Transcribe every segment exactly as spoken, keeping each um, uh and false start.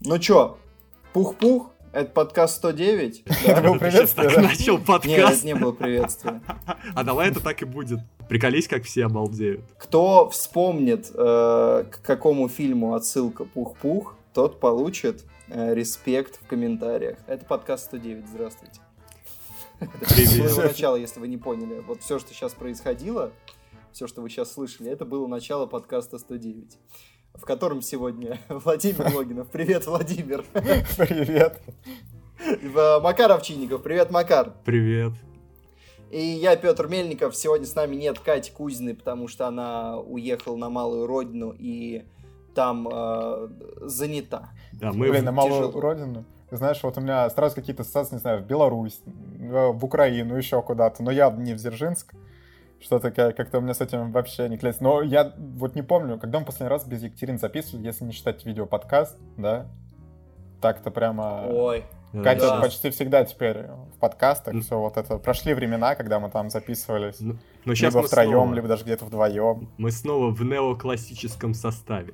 Ну чё, пух-пух? Это подкаст сто девять? Это был приветствие, да? Начал подкаст. Нет, это не было приветствия. А давай это так и будет. Приколись, как все обалдеют. Кто вспомнит, э, к какому фильму отсылка пух-пух, тот получит э, респект в комментариях. Это подкаст сто девять, здравствуйте. Привет. Это было начало, если вы не поняли. Вот все, что сейчас происходило, все, что вы сейчас слышали, это было начало подкаста сто девять. В котором сегодня Владимир Логинов. Привет, Владимир. Привет. Макар Овчинников. Привет, Макар. Привет. И я, Петр Мельников. Сегодня с нами нет Кати Кузиной, потому что она уехала на малую родину и там э, занята. Да, мы Блин, в... на малую тяжело. родину. Знаешь, вот у меня сразу какие-то ассоциации, не знаю, в Беларусь, в Украину, еще куда-то, но явно не в Дзержинск. Что-то как-то у меня с этим вообще не клеится. Но я вот не помню, когда мы последний раз без Екатерины записывали, если не считать видеоподкаст, да? Так-то прямо... Ой. Катя да. почти всегда теперь в подкастах, все вот это. Прошли времена, когда мы там записывались. Ну, но сейчас либо мы втроем, снова... либо даже где-то вдвоем. Мы снова в неоклассическом составе.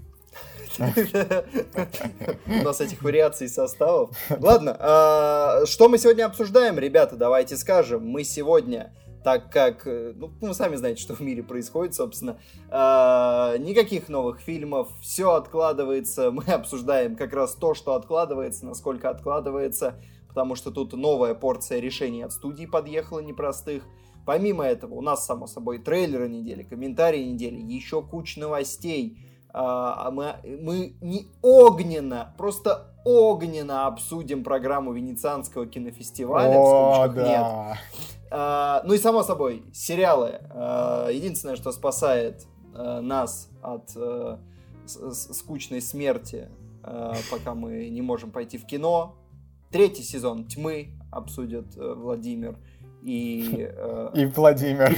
У нас этих вариаций составов. Ладно, а, что мы сегодня обсуждаем, ребята, давайте скажем. Мы сегодня, так как, ну, вы сами знаете, что в мире происходит, собственно, а, никаких новых фильмов, все откладывается. Мы обсуждаем как раз то, что откладывается, насколько откладывается, потому что тут новая порция решений от студий подъехала непростых. Помимо этого, у нас, само собой, трейлеры недели, комментарии недели, еще куча новостей. А мы, мы не огненно, просто огненно обсудим программу Венецианского кинофестиваля. О, в скобочках да. нет. А, ну и само собой, сериалы. А, единственное, что спасает а, нас от а, с- с- скучной смерти, а, пока мы не можем пойти в кино. Третий сезон «Тьмы» обсудят а, Владимир и... а, И Владимир.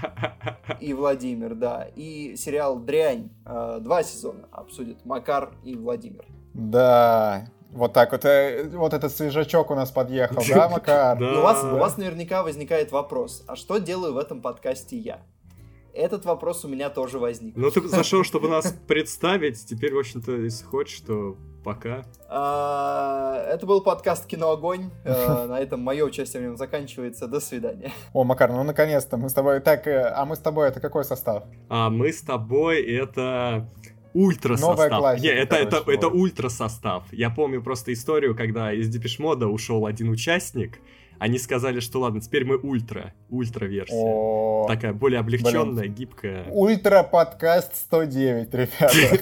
и Владимир, да. И сериал «Дрянь». э, Два сезона обсудят Макар и Владимир. Да. Вот так вот. э, Вот этот свежачок у нас подъехал, да, Макар? Да. И у вас, у вас наверняка возникает вопрос, а что делаю в этом подкасте я? Этот вопрос у меня тоже возник. Ну ты зашел, чтобы нас представить. Теперь, в общем-то, если хочешь, то пока. А, Это был подкаст «Кино Огонь». Э, На этом мое участие в нем заканчивается. До свидания. О, Макар, ну наконец-то мы с тобой... Так, э, а мы с тобой, это какой состав? А мы с тобой это... Ультра Новая состав. классика, Не, это, это, короче, это вот. ультра состав. Я помню просто историю, когда из Депеш Мода ушел один участник. Они сказали, что ладно, теперь мы ультра. Ультра-версия. О, Такая более облегченная, гибкая. Ультра подкаст сто девять, ребята.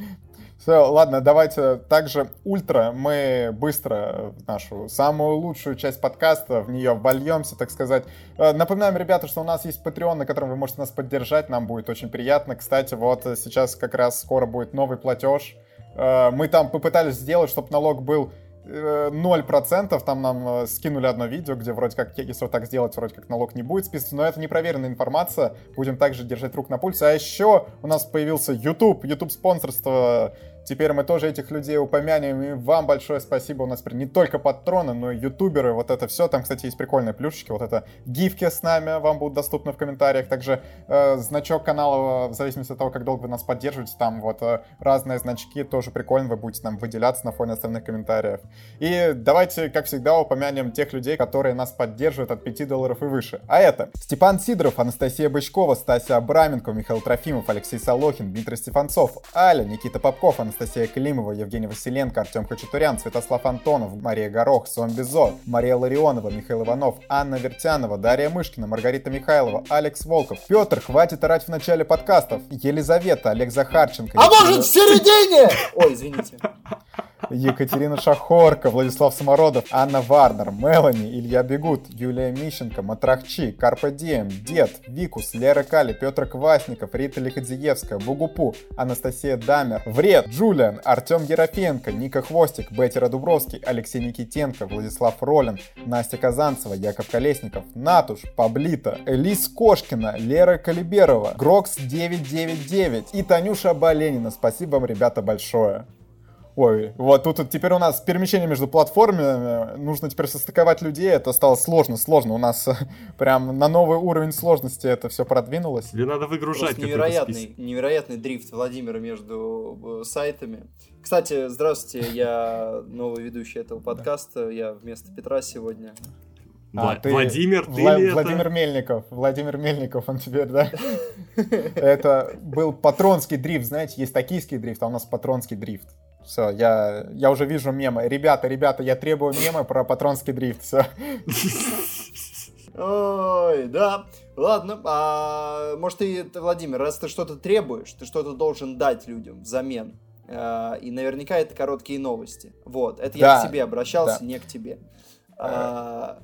Все, ладно, давайте также ультра. Мы быстро в нашу самую лучшую часть подкаста, в нее вольемся, так сказать. Э, Напоминаем, ребята, что у нас есть Patreon, на котором вы можете нас поддержать. Нам будет очень приятно. Кстати, вот сейчас как раз скоро будет новый платеж. Э, Мы там попытались сделать, чтобы налог был ноль процентов, там нам э, скинули одно видео, где вроде как, если вот так сделать, вроде как налог не будет списываться, но это непроверенная информация, будем также держать руку на пульсе. А еще у нас появился YouTube, YouTube спонсорство, теперь мы тоже этих людей упомянем, и вам большое спасибо, у нас теперь не только патроны, но и ютуберы, вот это все, там, кстати, есть прикольные плюшечки, вот это гифки с нами вам будут доступны в комментариях, также э, значок канала, в зависимости от того, как долго вы нас поддерживаете, там вот э, разные значки, тоже прикольно, вы будете нам выделяться на фоне остальных комментариев. И давайте, как всегда, упомянем тех людей, которые нас поддерживают от пяти долларов и выше. А это Степан Сидоров, Анастасия Бычкова, Стася Абраменко, Михаил Трофимов, Алексей Солохин, Дмитрий Стефанцов, Аля, Никита Попков, Анастасия Климова, Евгений Василенко, Артем Хачатурян, Святослав Антонов, Мария Горох, Зомбизо, Мария Ларионова, Михаил Иванов, Анна Вертянова, Дарья Мышкина, Маргарита Михайлова, Алекс Волков, Петр, хватит орать в начале подкастов, Елизавета, Олег Захарченко, А может в середине? Ой, извините. Екатерина Шахорка, Владислав Самородов, Анна Варнер, Мелани, Илья Бегут, Юлия Мищенко, Матрахчи, Карпа Дием, Дед, Викус, Лера Кали, Петр Квасников, Рита Лиходзиевская, Бугупу, Анастасия Дамер, Вред, Джулиан, Артем Ерофеенко, Ника Хвостик, Беттера Дубровский, Алексей Никитенко, Владислав Ролин, Настя Казанцева, Яков Колесников, Натуш, Паблита, Элис Кошкина, Лера Калиберова, Грокс девятьсот девяносто девять и Танюша Боленина. Спасибо вам, ребята, большое. Ой, вот тут, тут теперь у нас перемещение между платформами, нужно теперь состыковать людей, это стало сложно, сложно. У нас прям на новый уровень сложности это все продвинулось. Тебе надо выгружать какой-то невероятный, список. невероятный дрифт Владимира между сайтами. Кстати, здравствуйте, я новый ведущий этого подкаста, я вместо Петра сегодня. Вла- А, ты... Владимир, ты Вла- ли Владимир это? Мельников, Владимир Мельников, он теперь, да? Это был патронский дрифт, знаете, есть токийский дрифт, а у нас патронский дрифт. Все, я, я уже вижу мемы. Ребята, ребята, я требую мемы про патронский дрифт. Все. Ой, да. Ладно, а может ты, Владимир, раз ты что-то требуешь, ты что-то должен дать людям взамен. А, и наверняка это короткие новости. Вот, это Да, я к тебе обращался, да. не к тебе. А,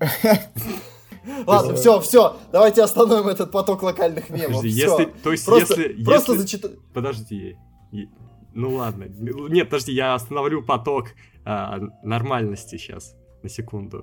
Ладно, все, все, давайте остановим этот поток локальных мемов. Подожди, Всё. если, то есть, Просто, если, просто если- зачитай. Подожди. И- Ну ладно. Нет, подожди, я остановлю поток а, нормальности сейчас, на секунду.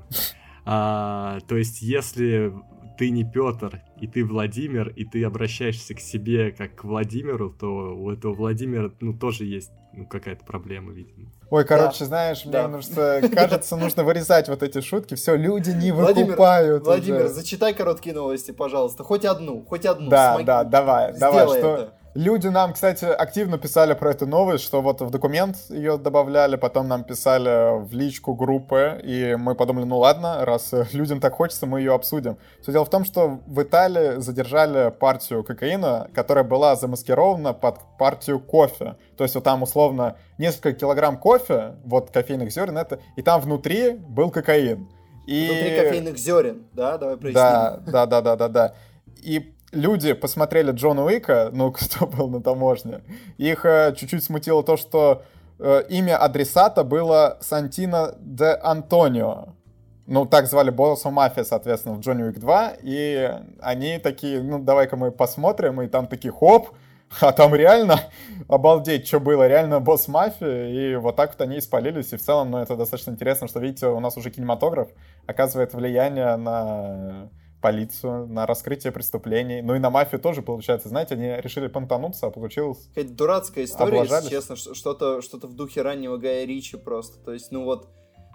А, то есть, если ты не Петр, и ты Владимир, и ты обращаешься к себе как к Владимиру, то у этого Владимира, ну, тоже есть ну, какая-то проблема, видимо. Ой, короче, знаешь, Да. мне нужно, кажется, нужно вырезать вот эти шутки. Все, люди не Владимир, выкупают. Владимир, уже. зачитай короткие новости, пожалуйста. Хоть одну, хоть одну. Да, Смоги. да, давай, Сделай давай, что... это. Люди нам, кстати, активно писали про эту новость, что вот в документ ее добавляли, потом нам писали в личку группы, и мы подумали, ну ладно, раз людям так хочется, мы ее обсудим. Все дело в том, что в Италии задержали партию кокаина, которая была замаскирована под партию кофе. То есть вот там условно несколько килограмм кофе, вот кофейных зерен, это, и там внутри был кокаин. И... Внутри кофейных зерен, да? Давай проясним. Да, да, да, да, да, да. И люди посмотрели Джона Уика, ну, кто был на таможне, их э, чуть-чуть смутило то, что э, имя адресата было Сантино де Антонио. Ну, так звали босса мафии, соответственно, в Джонни Уик два, и они такие, ну, давай-ка мы посмотрим, и там такие, хоп, а там реально, обалдеть, что было, реально босс мафии, и вот так вот они и спалились, и в целом, ну, это достаточно интересно, что, видите, у нас уже кинематограф оказывает влияние на полицию, на раскрытие преступлений, ну и на мафию тоже, получается, знаете, они решили понтануться, а получилось... Какая-то дурацкая история, Облажались. если честно, ш- что-то, что-то в духе раннего Гая Ричи просто. То есть, ну вот,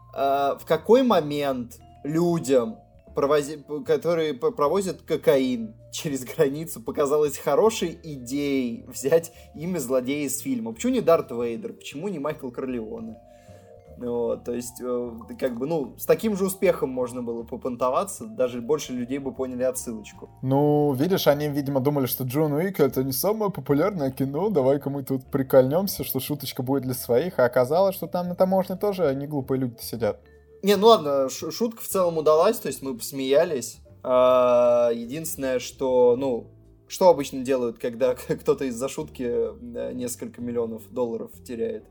а, в какой момент людям, провози- которые п- провозят кокаин через границу, показалось хорошей идеей взять имя злодея из фильма? Почему не Дарт Вейдер? Почему не Майкл Корлеоне? Вот, то есть, э, как бы, ну, с таким же успехом можно было попонтоваться, даже больше людей бы поняли отсылочку. Ну, видишь, они, видимо, думали, что Джон Уик — это не самое популярное кино, давай-ка мы тут прикольнемся, что шуточка будет для своих, а оказалось, что там на таможне тоже не глупые люди сидят. Не, ну ладно, ш- шутка в целом удалась, то есть мы посмеялись. А, единственное, что, ну, что обычно делают, когда кто-то из-за шутки э, несколько миллионов долларов теряет?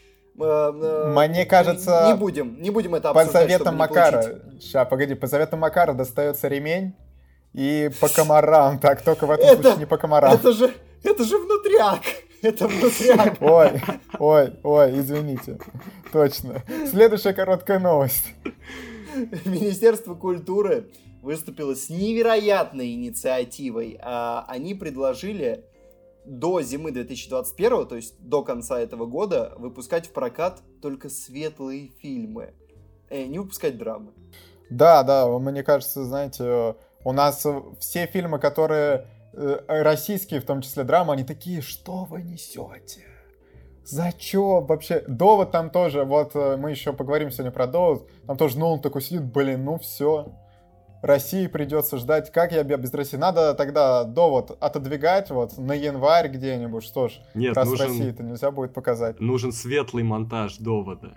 А, а, Мне кажется, Не будем, не будем это По обсуждать, заветам чтобы не Макара, получить. сейчас, погоди, по заветам Макара достается ремень и по комарам, так, только в этом Это- случае не по комарам. Это же, это же внутряк! Это внутряк! Ой, ой, ой, извините. Точно. Следующая короткая новость. Министерство культуры выступило с невероятной инициативой. А, Они предложили до зимы две тысячи двадцать первого, то есть до конца этого года, выпускать в прокат только светлые фильмы. Э, не выпускать драмы. Да, да, мне кажется, знаете, у нас все фильмы, которые э, российские, в том числе драмы, они такие, что вы несете? Зачем вообще? Довод там тоже, вот э, мы еще поговорим сегодня про Довод, там тоже Нолан такой сидит, блин, ну все, России придется ждать, как я без России? Надо тогда Довод отодвигать вот на январь где-нибудь, что ж, Нет, раз нужен, России-то нельзя будет показать. нужен светлый монтаж Довода.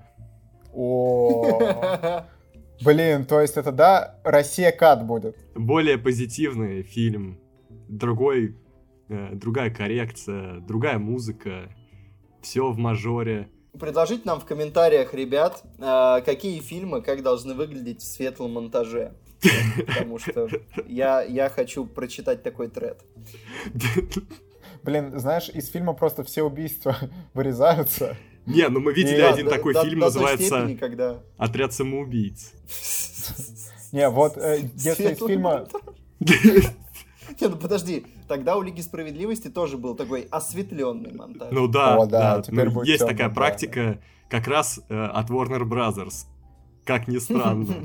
О, блин, то есть это, да, Россия кат будет. Более позитивный фильм, другой, э, другая коррекция, другая музыка, все в мажоре. Предложите нам в комментариях, ребят, э, какие фильмы как должны выглядеть в светлом монтаже. Потому что я, я хочу прочитать такой тред. Блин, знаешь, из фильма просто все убийства вырезаются. Не, ну мы видели Да, один До- такой до- фильм, до той называется степени, когда... «Отряд самоубийц». Не, вот э, если из Светлый фильма... Не, ну подожди, тогда у Лиги Справедливости тоже был такой осветленный монтаж. Ну да, О, да, да, теперь ну, будет есть тёмно, такая да, практика, как раз э, от Warner Brothers. Как ни странно.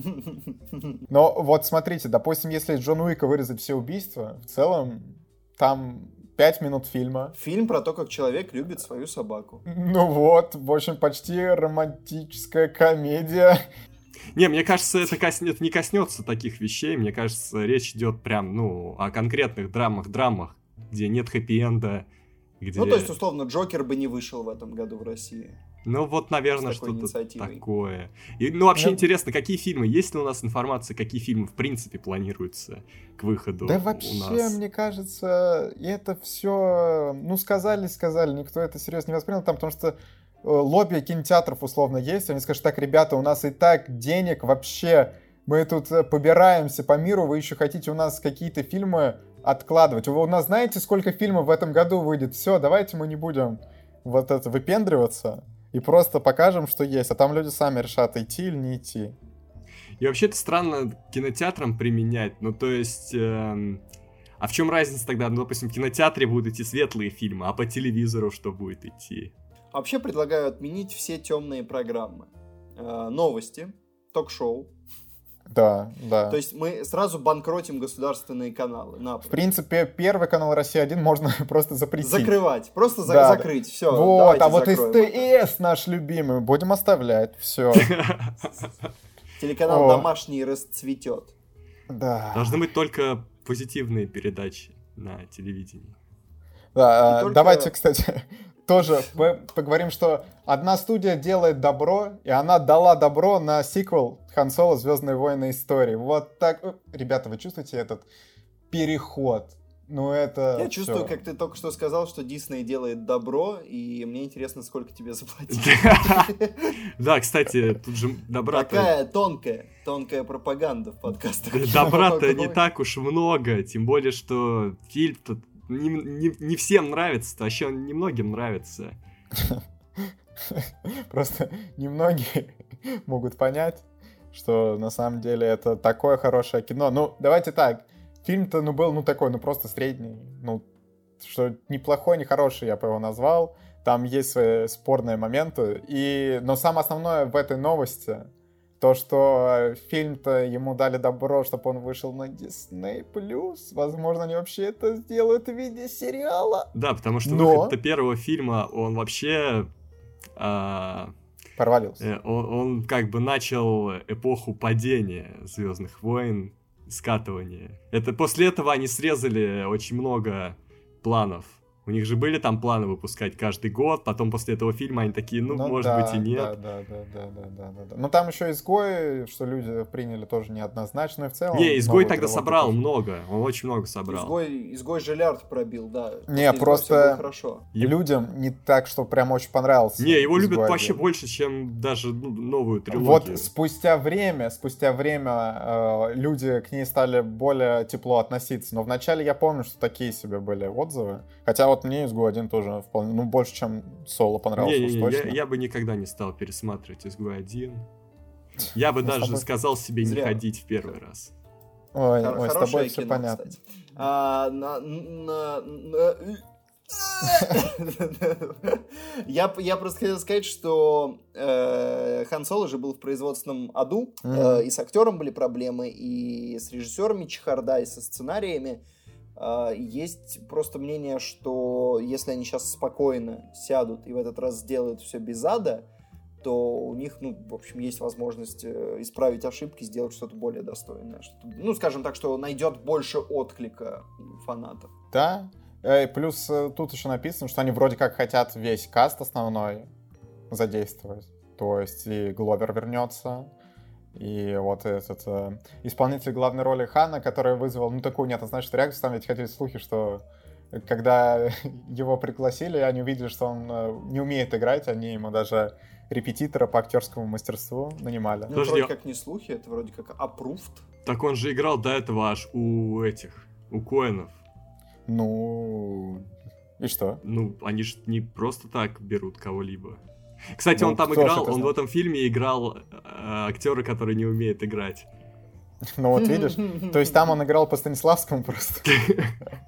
Но вот смотрите, допустим, если из Джон Уика вырезать все убийства, в целом там пять минут фильма. Фильм про то, как человек любит свою собаку. Ну вот, в общем, почти романтическая комедия. Не, мне кажется, это, кос... это не коснется таких вещей. Мне кажется, речь идет прям, ну, о конкретных драмах-драмах, где нет хэппи-энда. Где... Ну, то есть, условно, Джокер бы не вышел в этом году в России. Ну, вот, наверное, что-то такое. И, ну, вообще ну... интересно, какие фильмы? Есть ли у нас информация, какие фильмы, в принципе, планируются к выходу да у вообще, нас? Мне кажется, это все... Ну, сказали, сказали, никто это серьезно не воспринял, там, потому что лобби кинотеатров условно есть. Они скажут, так, ребята, у нас и так денег вообще... Мы тут побираемся по миру, вы еще хотите у нас какие-то фильмы откладывать. Вы у нас знаете, сколько фильмов в этом году выйдет? Все, давайте мы не будем вот это выпендриваться и просто покажем, что есть. А там люди сами решат, идти или не идти. И вообще это странно кинотеатрам применять. Ну, то есть... Эм... А в чем разница тогда? Ну, допустим, в кинотеатре будут идти светлые фильмы, а по телевизору что будет идти? Вообще предлагаю отменить все темные программы. Э, новости, ток-шоу. Да, да. То есть мы сразу банкротим государственные каналы. Напрочь. В принципе, первый канал Россия один можно просто запретить. Закрывать, просто за- да, закрыть, да. все. Вот, а вот СТС наш любимый, будем оставлять, все. Телеканал «Домашний» расцветет. Да. Должны быть только позитивные передачи на телевидении. Да, только... давайте, кстати... Тоже поговорим, что одна студия делает добро, и она дала добро на сиквел Хан Соло «Звездные войны. Истории». Вот так... Ребята, вы чувствуете этот переход? Ну, это... Я чувствую, всё. как ты только что сказал, что Дисней делает добро, и мне интересно, сколько тебе заплатили. Да, кстати, тут же добра... Такая тонкая, тонкая пропаганда в подкастах. Добра-то не так уж много, тем более, что фильм-то Не, не, не всем нравится, вообще он немногим нравится. Просто немногие могут понять, что на самом деле это такое хорошее кино. Ну, давайте так, фильм-то ну, был ну такой, ну просто средний. Ну, что неплохой, не хороший, я бы его назвал. Там есть свои спорные моменты. И... Но самое основное в этой новости... То, что фильм-то ему дали добро, чтобы он вышел на Disney+. Возможно, они вообще это сделают в виде сериала. Да, потому что Но... выход первого фильма, он вообще... А... Провалился. Э, он, он как бы начал эпоху падения «Звездных войн», скатывания. Это после этого они срезали очень много планов. У них же были там планы выпускать каждый год, потом после этого фильма они такие, ну, ну может да, быть и нет. Да, да, да, да, да, да, да. Но там еще «Изгой», что люди приняли тоже неоднозначно, и в целом... Не, «Изгой» тогда собрал тоже. много, он очень много собрал. «Изгой», «Изгой» Желярд пробил, да. Не, просто хорошо. Людям не так, что прям очень понравился. Не, его «Изгой» любят один. Вообще больше, чем даже ну, новую трилогию. Вот спустя время, спустя время э, люди к ней стали более тепло относиться, но вначале я помню, что такие себе были отзывы, хотя вот мне «Изгой» один тоже вполне, ну, больше, чем «Соло» понравился, не, уж не, точно. Я, я бы никогда не стал пересматривать «Изгой один». Я бы даже сказал себе не ходить в первый раз. Ой, ой, с тобой все понятно. А, на, на, на... я, я просто хотел сказать, что э, Хан Соло же был в производственном аду, mm-hmm. э, и с актером были проблемы, и с режиссерами чехарда, и со сценариями. Uh, есть просто мнение, что если они сейчас спокойно сядут и в этот раз сделают все без ада, то у них, ну, в общем, есть возможность исправить ошибки, сделать что-то более достойное. Что-то, ну, скажем так, что найдет больше отклика у фанатов. Да, и плюс тут еще написано, что они вроде как хотят весь каст основной задействовать. То есть и Гловер вернется, и вот этот э, исполнитель главной роли Хана, который вызвал, ну, такую неоднозначную реакцию, там ведь ходили слухи, что когда его пригласили, они увидели, что он э, не умеет играть, они ему даже репетитора по актерскому мастерству нанимали. Ну, это вроде как не слухи, это вроде как approved. Так он же играл до этого аж у этих, у Коэнов. Ну, и что? Ну, они же не просто так берут кого-либо. Кстати, ну, он там играл, он в этом фильме играл э, актера, который не умеет играть. Ну вот видишь, то есть там он играл по Станиславскому просто.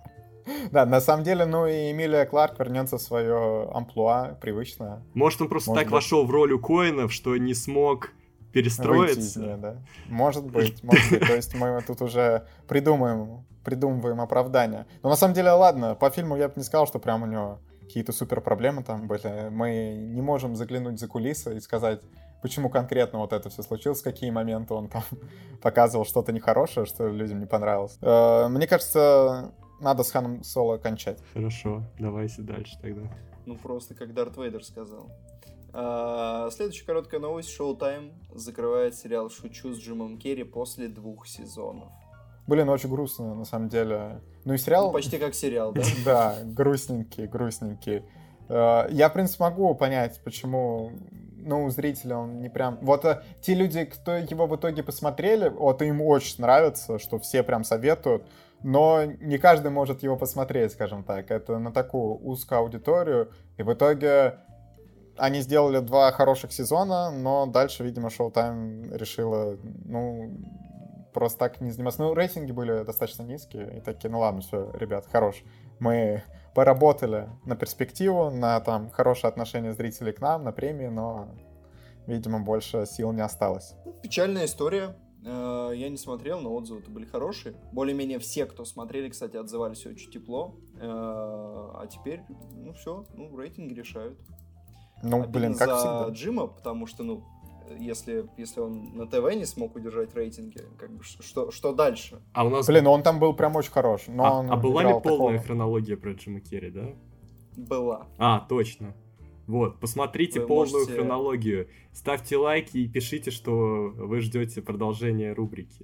Да, на самом деле, ну и Эмилия Кларк вернется в свое амплуа привычное. Может, он просто Может так быть. вошел в роль у Коэнов, что не смог Выйти из перестроиться. нее, да. Может быть, может быть. То есть мы тут уже придумаем, придумываем оправдания. Но на самом деле, ладно, по фильму я бы не сказал, что прям у него какие-то супер проблемы там были. Мы не можем заглянуть за кулисы и сказать, почему конкретно вот это все случилось, в какие моменты он там показывал что-то нехорошее, что людям не понравилось. Э, Мне кажется, надо с Ханом Соло кончать. Хорошо, давайте дальше тогда. Ну, просто как Дарт Вейдер сказал. А, следующая короткая новость. Showtime закрывает сериал «Шучу» с Джимом Керри после двух сезонов. Блин, очень грустно, на самом деле. Ну и сериал... Ну, почти как сериал, да? Да, грустненький, грустненький. Э, Я, в принципе, могу понять, почему, ну, зрители, он не прям... Вот э, те люди, кто его в итоге посмотрели, вот им очень нравится, что все прям советуют, но не каждый может его посмотреть, скажем так. Это на такую узкую аудиторию, и в итоге они сделали два хороших сезона, но дальше, видимо, Showtime решила, ну, просто так не заниматься. Ну, рейтинги были достаточно низкие, и такие, ну ладно, все, ребят, хорош. Мы поработали на перспективу, на там хорошее отношение зрителей к нам, на премии, но, видимо, больше сил не осталось. Печальная история. Э, Я не смотрел, но отзывы-то были хорошие. Более-менее все, кто смотрели, кстати, отзывались очень тепло. Э, А теперь, ну все, ну рейтинги решают. Ну, Обидно блин, как за всегда. Джима, потому что, ну, если, если он на ТВ не смог удержать рейтинги, как бы что, что дальше? А у нас... Блин, он там был прям очень хорош. Но а, он а была ли играл полная такого. хронология про Джима Керри, да? Была. А, точно. Вот, посмотрите Вы полную можете- хронологию. Ставьте лайки и пишите, что вы ждете продолжения рубрики.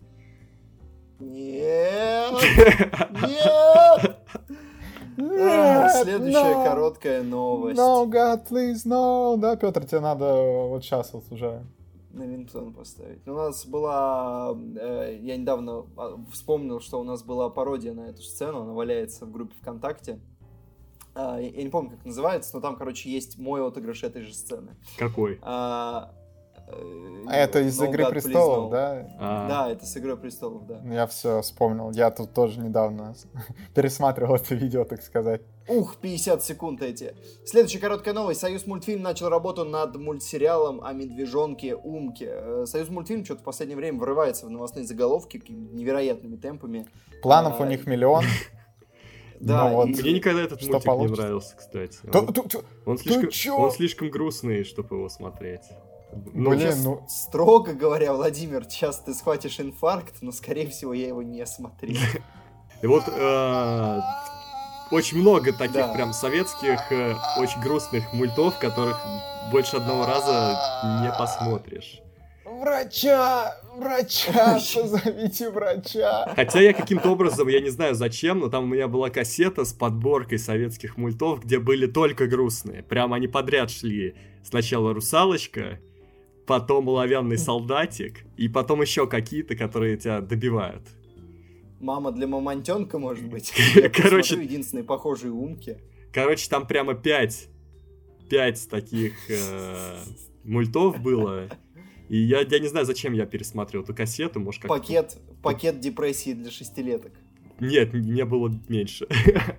Нет! Нет! А, Следующая no. короткая новость. No, God, please, no. Да, Петр, тебе надо вот сейчас вот уже. На рингтон поставить. У нас была... э, я недавно а, вспомнил, что у нас была пародия на эту сцену. Она валяется в группе ВКонтакте. А, я, я не помню, как называется, но там, короче, есть мой отыгрыш этой же сцены. Какой? А, э, А это из No «Игры God, Please престолов», No. да? А, Да, это с «Игрой престолов», да. Я все вспомнил. Я тут тоже недавно пересматривал это видео, так сказать. Ух, пятьдесят секунд эти. Следующая короткая новость. Союз мультфильм начал работу над мультсериалом о медвежонке Умке. Э, Союз мультфильм что-то в последнее время врывается в новостные заголовки какими-то невероятными темпами. Планов А, у них миллион. Да, Ну вот. и- Мне никогда этот Что мультик получится? не нравился, кстати. Ту- Он, ту- ту- он слишком, чё? он слишком грустный, чтобы его смотреть. Ну, Блин, Честно, ну- строго говоря, Владимир, сейчас ты схватишь инфаркт, но, скорее всего, я его не смотрел. И вот э, очень много таких Да. прям советских, э, очень грустных мультов, которых больше одного раза не посмотришь. Врача! Врача! Позовите врача! Хотя я каким-то образом, я не знаю зачем, но там у меня была кассета с подборкой советских мультов, где были только грустные. Прям они подряд шли. Сначала «Русалочка», потом «Оловянный солдатик», и потом еще какие-то, которые тебя добивают. Мама для мамонтенка, может быть. Короче- Я единственные похожие Умки. Короче, там прямо пять, пять таких э, мультов было. И я, я не знаю, зачем я пересматривал эту кассету, может как-то... Пакет, пакет депрессии для шестилеток. Нет, не было меньше.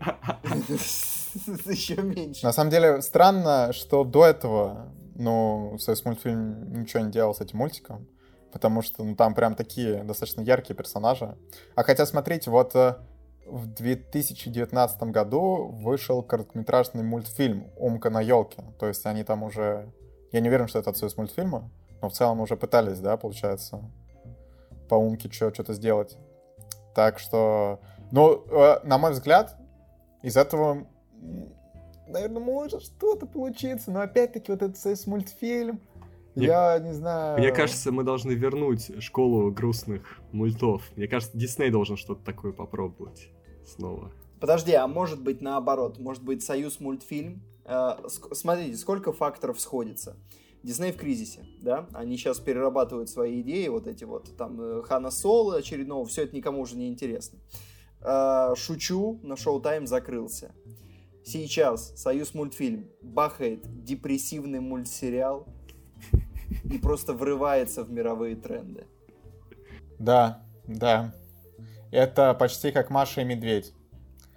Еще меньше. На самом деле, странно, что до этого, ну, Союз мультфильм ничего не делал с этим мультиком, потому что, ну, там прям такие достаточно яркие персонажи. А хотя, смотрите, вот э, в две тысячи девятнадцатом году вышел короткометражный мультфильм «Умка на елке». То есть они там уже... Я не уверен, что это от Союз мультфильма, но в целом уже пытались, да, получается, по Умке что-то сделать. Так что, ну, э, на мой взгляд, из этого, м, наверное, может что-то получиться, но опять-таки вот этот Союз мультфильм, Мне- я не знаю... Мне кажется, мы должны вернуть школу грустных мультов. Мне кажется, Дисней должен что-то такое попробовать снова. Подожди, а может быть наоборот? Может быть Союз мультфильм? Э, ск- смотрите, сколько факторов сходится. Дисней в кризисе, да? Они сейчас перерабатывают свои идеи, вот эти вот, там, э, Хана Соло очередного, все это никому уже не интересно. Э, Шучу на Showtime закрылся. Сейчас Союз мультфильм бахает депрессивный мультсериал и просто врывается в мировые тренды. Да, да. Это почти как Маша и Медведь.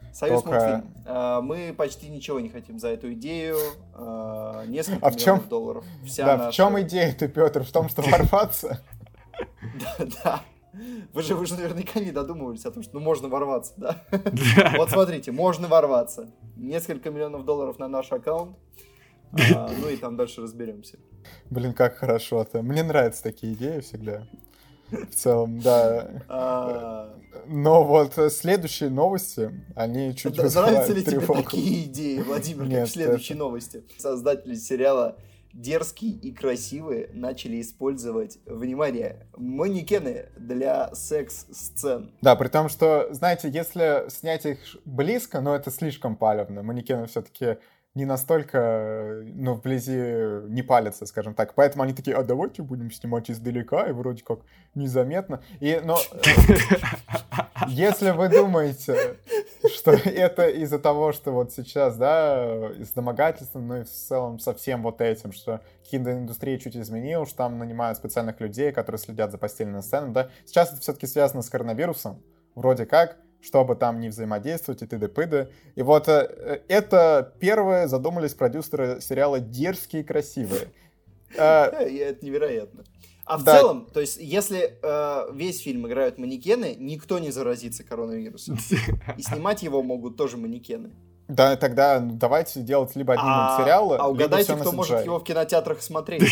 Союз Только... мультфильм. А, мы почти ничего не хотим за эту идею. А, несколько а в чем... миллионов долларов. Вся да, наша... в чем идея ты, Петр? В том, что ворваться? Да, да. Вы же, вы же наверняка не додумывались о том, что ну, можно ворваться, да? Вот смотрите, можно ворваться. Несколько миллионов долларов на наш аккаунт. А, ну и там дальше разберемся. Блин, как хорошо-то. Мне нравятся такие идеи всегда. В целом, да. А... Но вот следующие новости, они чуть да, вызывают нравятся ли тревогу. тебе такие идеи, Владимир, Нет, как следующие это... новости? Создатели сериала «Дерзкие и красивые» начали использовать, внимание, манекены для секс-сцен. Да, при том, что, знаете, если снять их близко, но это слишком палевно. Манекены все-таки не настолько, ну, вблизи не палятся, скажем так. Поэтому они такие, а давайте будем снимать издалека, и вроде как незаметно. И, но, если вы думаете, что это из-за того, что вот сейчас, да, с домогательством, ну и в целом со всем вот этим, что киноиндустрия чуть изменилась, что там нанимают специальных людей, которые следят за постельной сценой, да. Сейчас это все-таки связано с коронавирусом, вроде как, чтобы там не взаимодействовать и т.д. И вот э, это первое задумались продюсеры сериала «Дерзкие и красивые». Это невероятно. А в да. целом, то есть, если э, весь фильм играют манекены, никто не заразится коронавирусом. И снимать его могут тоже манекены. Да, тогда ну, давайте делать либо одни а, мультсериалы, а угадайте, либо кто может его в кинотеатрах смотреть.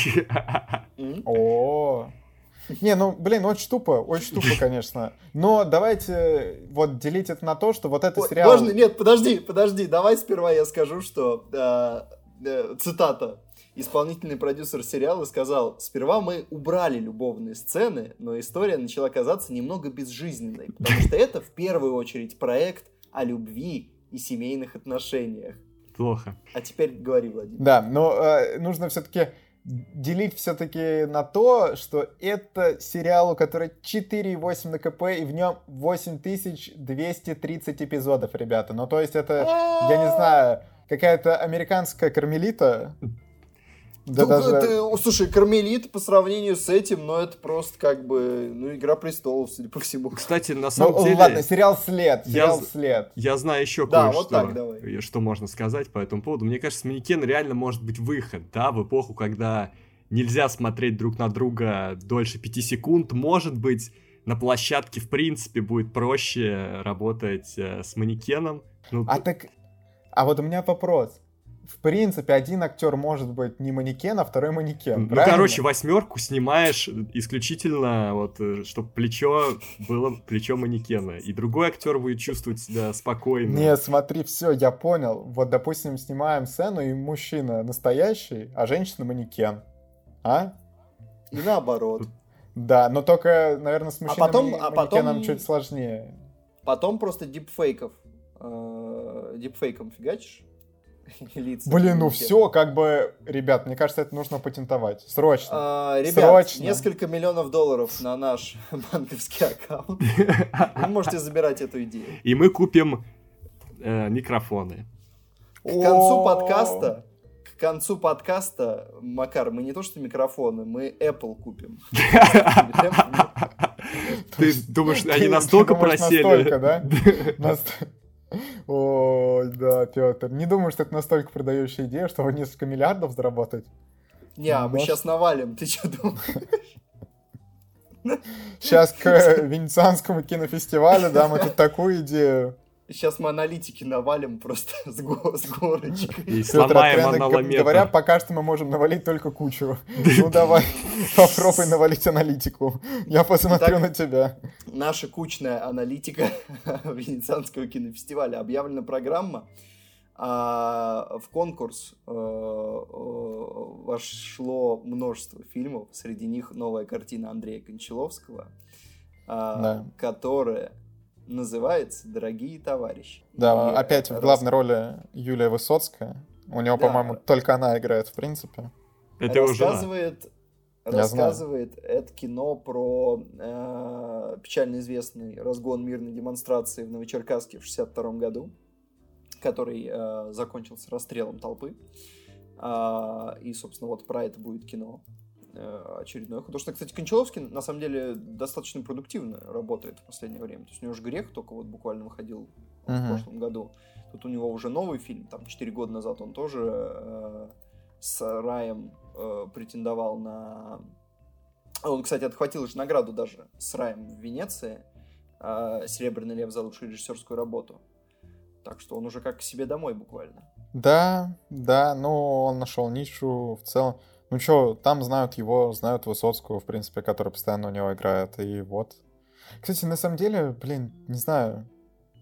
О. Не, ну, блин, очень тупо, очень тупо, конечно. Но давайте вот делить это на то, что вот это сериал... Можно? Нет, подожди, подожди, давай сперва я скажу, что э, э, цитата. Исполнительный продюсер сериала сказал: сперва мы убрали любовные сцены, но история начала казаться немного безжизненной, потому что это в первую очередь проект о любви и семейных отношениях. Плохо. А теперь говори, Владимир. Да, но э, нужно все-таки... делить все-таки на то, что это сериал, у которого четыре и восемь на ка пэ, и в нем восемь тысяч двести тридцать эпизодов, ребята. Ну, то есть это, я не знаю, какая-то американская Кармелита. Да, да даже... это, слушай, Кармелит по сравнению с этим, ну, это просто как бы, ну, Игра престолов, судя по всему. Кстати, на самом ну, деле... ладно, сериал «След», сериал я, «След». Я знаю еще да, кое-что, вот так, давай. что можно сказать по этому поводу. Мне кажется, манекен реально может быть выход, да, в эпоху, когда нельзя смотреть друг на друга дольше пяти секунд. Может быть, на площадке, в принципе, будет проще работать э, с манекеном. Ну, а так... А вот у меня вопрос. В принципе, один актер может быть не манекен, а второй манекен. Ну, правильно? короче, восьмерку снимаешь исключительно, вот, чтобы плечо было плечо манекена. И другой актер будет чувствовать себя спокойно. Не, смотри, все, я понял. Вот, допустим, снимаем сцену, и мужчина настоящий, а женщина манекен. А? И наоборот. Да, но только, наверное, с мужчинами а потом, и а манекеном потом... чуть сложнее. Потом просто дипфейков. Э, дипфейком фигачишь. Лица. Блин, ну все, как бы, ребят, мне кажется, это нужно патентовать. Срочно. А, ребят, Срочно. Несколько миллионов долларов на наш банковский аккаунт. Вы можете забирать эту идею. И мы купим э, микрофоны. К концу подкаста, к концу подкаста, Макар, мы не то что микрофоны, мы Apple купим. Ты думаешь, они настолько просели? Настолько, да? Ой, да, Петр. Не думаю, что это настолько продающая идея, чтобы несколько миллиардов заработать. Не, а мы сейчас навалим, ты что думаешь? Сейчас к Венецианскому кинофестивалю дам эту такую идею. Сейчас мы аналитики навалим просто с, го- с горочкой. И сломаем аналометр. Говоря, пока что мы можем навалить только кучу. Ну давай, попробуй навалить аналитику. Я посмотрю Итак, на тебя. Наша кучная аналитика Венецианского кинофестиваля. Объявлена программа. А, в конкурс а, а, вошло множество фильмов. Среди них новая картина Андрея Кончаловского, а, да. которая... называется «Дорогие товарищи». Да, и опять в главной роли Юлия Высоцкая. У него, да. по-моему, только она играет, в принципе. Это рассказывает, рассказывает это кино про э, печально известный разгон мирной демонстрации в Новочеркасске в шестьдесят втором году, который э, закончился расстрелом толпы. Э, и, собственно, вот про это будет кино. Очередное. Потому что, кстати, Кончаловский, на самом деле, достаточно продуктивно работает в последнее время. То есть у него же «Грех» только вот буквально выходил uh-huh. в прошлом году. Тут у него уже новый фильм, там четыре года назад он тоже э, с Раем э, претендовал на... Он, кстати, отхватил же награду даже с Раем в Венеции. Э, «Серебряный лев» за лучшую режиссерскую работу. Так что он уже как к себе домой буквально. Да, да, ну он нашел нишу в целом. Ну что, там знают его, знают Высоцкого, в принципе, который постоянно у него играет. И вот. Кстати, на самом деле, блин, не знаю...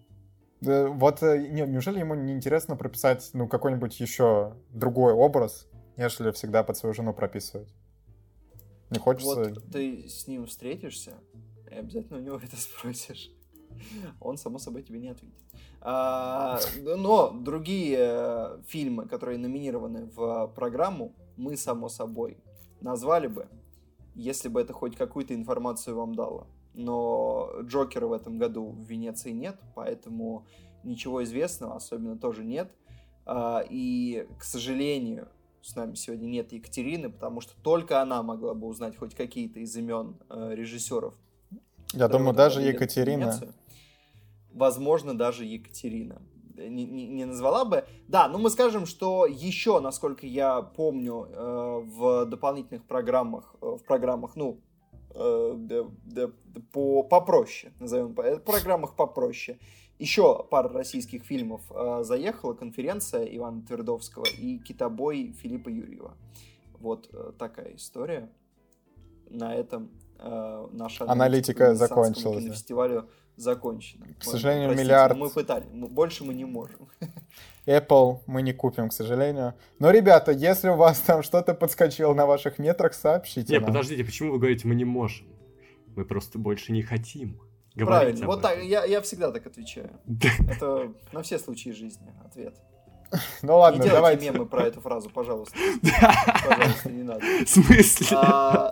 Вот не, неужели ему не интересно прописать ну, какой-нибудь еще другой образ, нежели всегда под свою жену прописывать? Не хочется... Вот ты с ним встретишься, и обязательно у него это спросишь. Он, само собой, тебе не ответит. А, но другие фильмы, которые номинированы в программу, мы, само собой, назвали бы, если бы это хоть какую-то информацию вам дало. Но Джокера в этом году в Венеции нет, поэтому ничего известного особенно тоже нет. И, к сожалению, с нами сегодня нет Екатерины, потому что только она могла бы узнать хоть какие-то из имен режиссеров. Я думаю, даже Екатерина. Возможно, даже Екатерина. Не, не, не назвала бы. Да, ну мы скажем, что еще, насколько я помню, в дополнительных программах, в программах, ну, Да, да, по, попроще, назовем, по, в программах попроще. Еще пара российских фильмов э, заехала, конференция Ивана Твердовского и «Китобой» Филиппа Юрьева. Вот э, такая история. На этом э, наша аналитика закончилась. Кинофестивалю закончена. К сожалению, Простите, миллиард. Мы пытались, мы, больше мы не можем. Apple мы не купим, к сожалению. Но, ребята, если у вас там что-то подскочило на ваших метрах, сообщите Нет, нам. подождите, почему вы говорите, мы не можем? Мы просто больше не хотим. Правильно, вот так, я, я всегда так отвечаю. Это на все случаи жизни ответ. Ну ладно, не давайте. Не делайте мемы про эту фразу, пожалуйста. Пожалуйста, не надо. В смысле? А,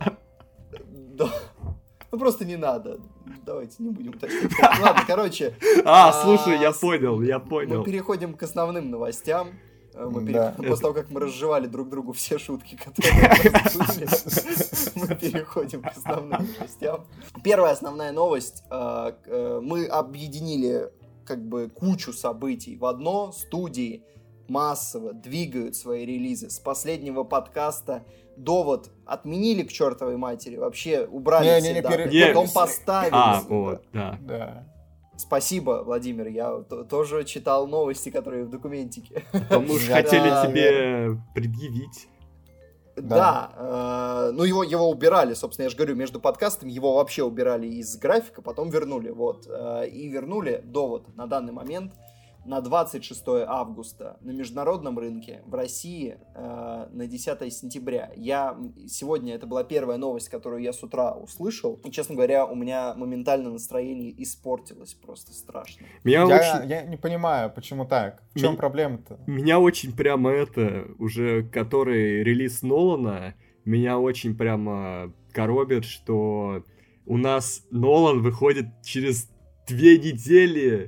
да, ну просто не надо. Давайте не будем уточнять. Ладно, короче. А, слушай, я понял, я понял. Мы переходим к основным новостям. Мы Да. переходим, после того, как мы разжевали друг другу все шутки, которые у нас были, мы переходим к основным новостям. Первая основная новость. Мы объединили как бы кучу событий в одно. Студии массово двигают свои релизы. С последнего подкаста «Довод» отменили к чертовой матери. Вообще убрали Не, все не, не, даты. пере- Потом поставили. А, вот, да. Да. Спасибо, Владимир, я т- тоже читал новости, которые в документике. То мы уж Да, хотели да, тебе предъявить. Да, э, ну его, его убирали, собственно, я же говорю, между подкастами его вообще убирали из графика, потом вернули, вот. Э, и вернули «Довод» на данный момент на двадцать шестое августа на международном рынке, в России э, на десятое сентября. Я сегодня, это была первая новость, которую я с утра услышал, и, честно говоря, у меня моментально настроение испортилось, просто страшно. Меня Я, очень... я не понимаю, почему так. В чем Ми- проблема-то? Меня очень прямо это, уже который релиз Нолана, меня очень прямо коробит, что у нас Нолан выходит через две недели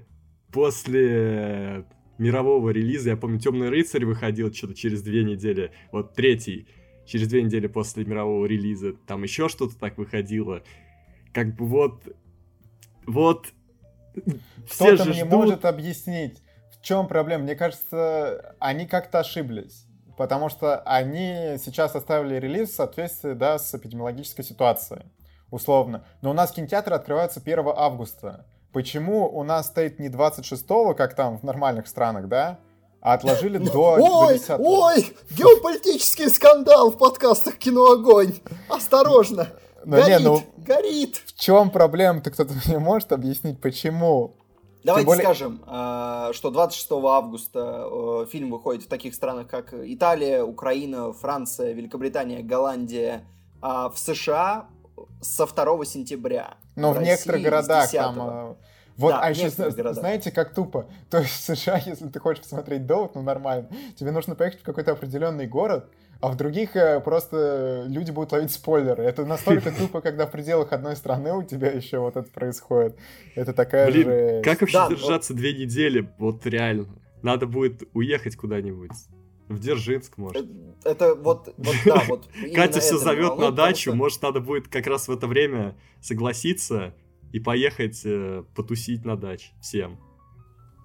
после мирового релиза. Я помню, «Темный рыцарь» выходил что-то через две недели. Вот третий, через две недели после мирового релиза. Там еще что-то так выходило. Как бы вот... Вот... Все Кто-то же мне ждут... может объяснить, в чем проблема. Мне кажется, они как-то ошиблись. Потому что они сейчас оставили релиз в соответствии, да, с эпидемиологической ситуацией. Условно. Но у нас кинотеатры открываются первого августа. Почему у нас стоит не двадцать шестого, как там в нормальных странах, да, а отложили до, до Ой, десятого? ой, геополитический скандал в подкастах «Кино Огонь». Осторожно. Ну, горит, не, ну, горит. в чем проблема-то, кто-то мне может объяснить, почему? Давайте более- скажем, э, что двадцать шестого августа э, фильм выходит в таких странах, как Италия, Украина, Франция, Великобритания, Голландия, а в США со второго сентября. Но в, России некоторых с городах там... десятого. э, Вот, Да, а в еще, некоторых городах. знаете, как тупо. То есть в США, если ты хочешь посмотреть «Довод», ну нормально, тебе нужно поехать в какой-то определенный город, а в других э, просто люди будут ловить спойлеры. Это настолько тупо, когда в пределах одной страны у тебя еще вот это происходит. Это такая Блин, же... как вообще Да, держаться две недели? Вот реально. Надо будет уехать куда-нибудь. В Дзержинск, может. Э, Это вот, вот да, вот. именно Катя все это зовет меня на волнует, дачу, потому что- может, надо будет как раз в это время согласиться и поехать э, потусить на даче всем.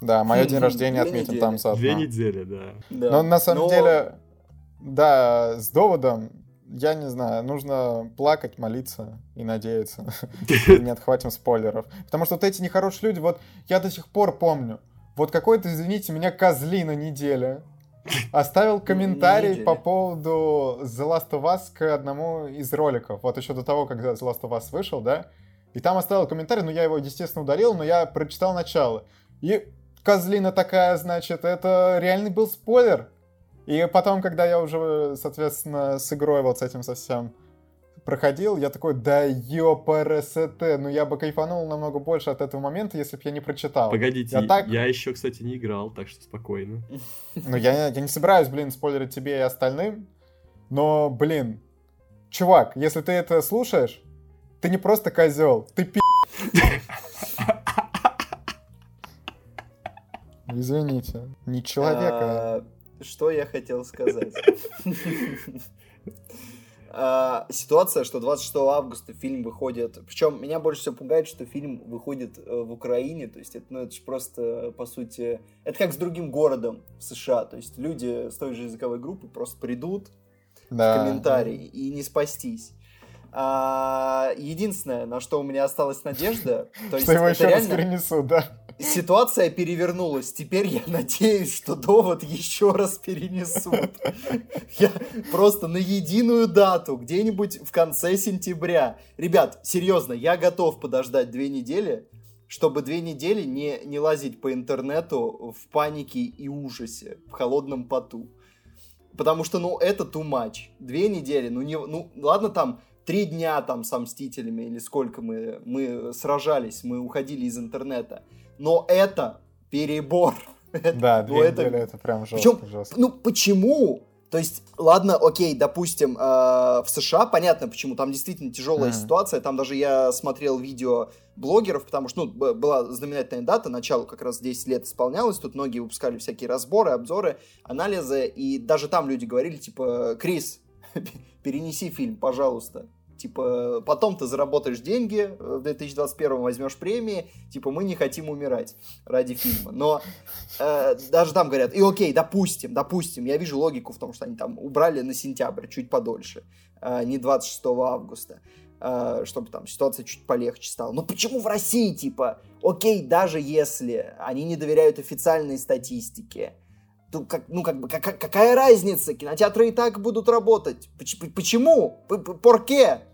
Да, мое день рождения Две отметим недели. там заодно. Две недели, да. Да. Но на самом Но- деле, да, с доводом, я не знаю, нужно плакать, молиться и надеяться, что не отхватим спойлеров. Потому что вот эти нехорошие люди, вот я до сих пор помню, вот какой-то, извините меня, козлина неделя оставил комментарий неделя. по поводу The Last of Us к одному из роликов. Вот еще до того, когда The Last of Us вышел, да? И там оставил комментарий, но я его, естественно, удалил, но я прочитал начало. И козлина такая, значит, это реальный был спойлер. И потом, когда я уже, соответственно, с игрой вот с этим совсем проходил, я такой, да ёпрст, ну я бы кайфанул намного больше от этого момента, если бы я не прочитал. Погодите, Я так- я еще, кстати, не играл, так что спокойно. Ну, я, я не собираюсь, блин, спойлерить тебе и остальным, но, блин, чувак, если ты это слушаешь, ты не просто козел, ты пи***. Извините, не человека. А, Что я хотел сказать? А, Ситуация, что двадцать шестого августа фильм выходит. Причем меня больше всего пугает, что фильм выходит э, в Украине. То есть это, ну, это же просто, по сути, это как с другим городом в США. То есть люди с той же языковой группы просто придут в Да. комментарии и не спастись. А, единственное, на что у меня осталась надежда, то есть Что его это еще раз реально перенесут, да? ситуация перевернулась. Теперь я надеюсь, что довод еще раз перенесут. Я просто на единую дату, где-нибудь в конце сентября. Ребят, серьезно, я готов подождать две недели, чтобы две недели не, не лазить по интернету в панике и ужасе, в холодном поту. Потому что, ну, это too much. Две недели, ну, не, ну ладно там, три дня там со Мстителями, или сколько мы, мы сражались, мы уходили из интернета. Но это перебор. Это- Да, ну, две это- недели это прям Причем, жестко, жестко. ну почему? То есть, ладно, окей, допустим, э, в США понятно, почему, там действительно тяжелая Мгм. ситуация, там даже я смотрел видео блогеров, потому что, ну, б- была знаменательная дата, начало как раз десять лет исполнялось, тут многие выпускали всякие разборы, обзоры, анализы, и даже там люди говорили, типа, Крис, перенеси фильм, пожалуйста. Типа, потом ты заработаешь деньги, в две тысячи двадцать первом возьмешь премии, типа, мы не хотим умирать ради фильма. Но э, даже там говорят, и окей, допустим, допустим, я вижу логику в том, что они там убрали на сентябрь, чуть подольше, э, не двадцать шестого августа, э, чтобы там ситуация чуть полегче стала. Но почему в России, типа, окей, даже если они не доверяют официальной статистике, то как, ну, как бы, как- какая разница? Кинотеатры и так будут работать. Поч- Почему? П- п- Порке?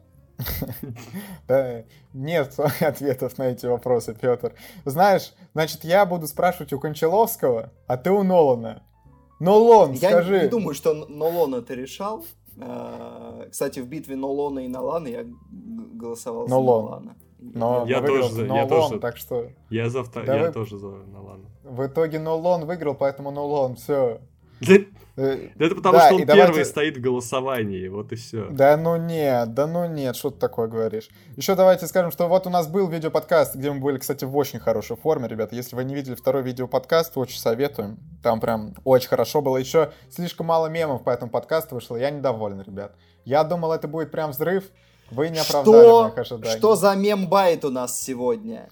Да, нет ответов на эти вопросы, Петр. Знаешь, значит, я буду спрашивать у Кончаловского, а ты у Нолана. Нолан, Я скажи. не думаю, что Н- Нолан это решал. А, Кстати, в битве Нолана и Нолана я г- голосовал Нолан. за Нолана. Но Я выиграл тоже, я Нолан, тоже. так что Я за втор- Давай. я тоже за Нолана. в итоге Нолан выиграл, поэтому Нолан, все. Да это потому, Да, что и он давайте- первый стоит в голосовании, вот и все. Да ну нет, да ну нет, что ты такое говоришь. Еще давайте скажем, что вот у нас был видеоподкаст, где мы были, кстати, в очень хорошей форме, ребята. Если вы не видели второй видеоподкаст, очень советуем. Там прям очень хорошо было. Еще слишком мало мемов по этому подкасту вышло, я недоволен, ребят. Я думал, это будет прям взрыв, вы не оправдали Что? моих ожиданий. Что за мембайт у нас сегодня?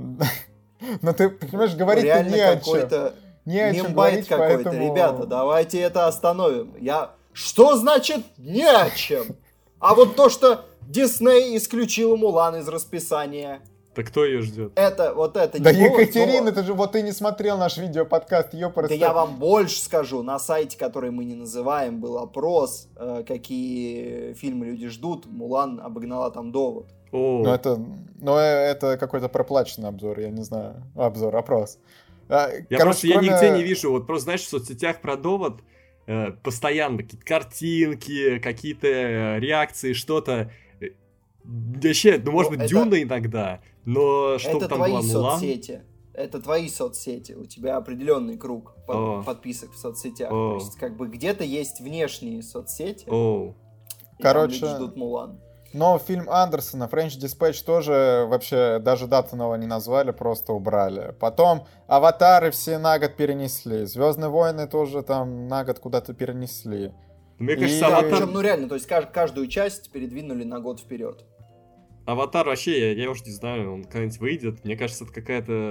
Ну ты понимаешь, говорить-то Реально не о чем. какой-то Не о чем мембайт говорить, какой-то. поэтому... Ребята, давайте это остановим. Я... Что значит не о чем? А вот то, что Дисней исключил Мулан из расписания, Так кто ее ждет? это, вот это Да не повод, Екатерина, но- это же вот ты не смотрел наш видеоподкаст, ёпрст. Да я вам больше скажу. На сайте, который мы не называем, был опрос, э, какие фильмы люди ждут. Мулан обогнала там довод. О, Ну это, ну э, это какой-то проплаченный обзор, я не знаю, обзор, опрос. А, я короче, просто я кроме- нигде не вижу, вот просто, знаешь, в соцсетях про довод э, постоянно какие-то картинки, какие-то э, реакции, что-то. Э, Вообще, ну, может Ну, быть, это- Дюна иногда, но чтобы Это там твои была Мулан... соцсети. Это твои соцсети. У тебя определенный круг под- О. подписок в соцсетях. О. То есть, как бы где-то есть внешние соцсети. Оу. и там Короче, люди ждут Мулан. Но фильм Андерсона, French Dispatch, тоже вообще даже дату нового не назвали, просто убрали. Потом Аватары все на год перенесли. Звездные войны тоже там на год куда-то перенесли. Мне И- кажется, Да, Да, Аватар... причем, ну реально, то есть кажд- каждую часть передвинули на год вперед. Аватар вообще, я, я уж не знаю, он когда-нибудь выйдет. Мне кажется, это какая-то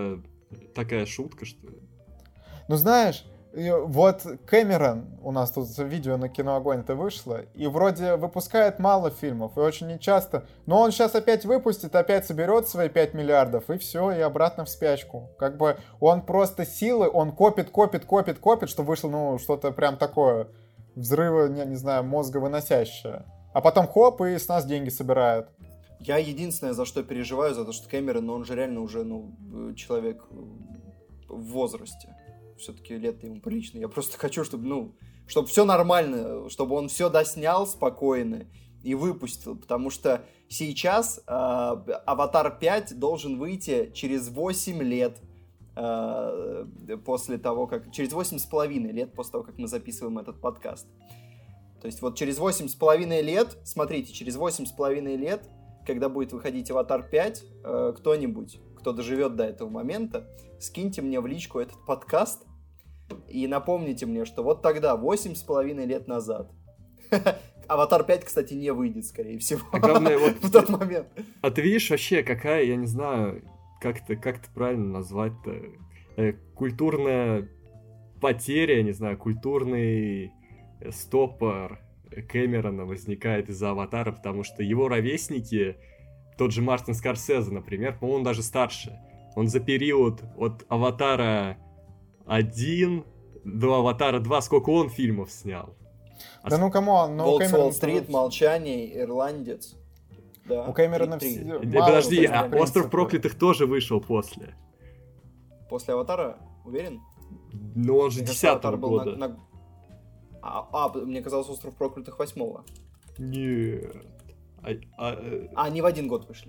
такая шутка, что... Ну, знаешь, вот Кэмерон, у нас тут видео на Киноогонь это вышло, и вроде выпускает мало фильмов, и очень нечасто, но он сейчас опять выпустит, опять соберет свои пять миллиардов, и все, и обратно в спячку. Как бы он просто силы, он копит, копит, копит, копит, чтобы вышло, ну, что-то прям такое, взрыва, не, не знаю, мозговыносящее. А потом хоп, и с нас деньги собирают. Я единственное, за что переживаю, за то, что Кэмерон, ну, он же реально уже, ну, человек в возрасте. Все-таки лет ему прилично. Я просто хочу, чтобы, ну, чтобы все нормально, чтобы он все доснял спокойно и выпустил, потому что сейчас э, Аватар пять должен выйти через восемь лет э, после того, как... Через восемь с половиной лет после того, как мы записываем этот подкаст. То есть вот через восемь с половиной лет, смотрите, через восемь с половиной лет, когда будет выходить Аватар пять, э, кто-нибудь, кто доживет до этого момента, скиньте мне в личку этот подкаст и напомните мне, что вот тогда, восемь с половиной лет назад, Аватар пять, кстати, не выйдет, скорее всего, а главное, вот в тот момент. А ты видишь вообще, какая, я не знаю, как это, как это правильно назвать-то, э, культурная потеря, не знаю, культурный стопор Кэмерона возникает из-за Аватара, потому что его ровесники, тот же Мартин Скорсезе, например, по-моему, даже старше, он за период от Аватара один до Аватара два, сколько он фильмов снял? А да ну камон, ну Волк с Кэмерона... Уолл-стрит, Молчание, Ирландец. Да, у Кэмерона три- все... три. Да, подожди, есть, а в принципе. Остров Проклятых тоже вышел после. После Аватара, уверен? Но он же Мне кажется, десятого Аватар был года. на- на- А, а, мне казалось, Остров Проклятых восьмого. Нет. А, а, э, А, они в один год вышли.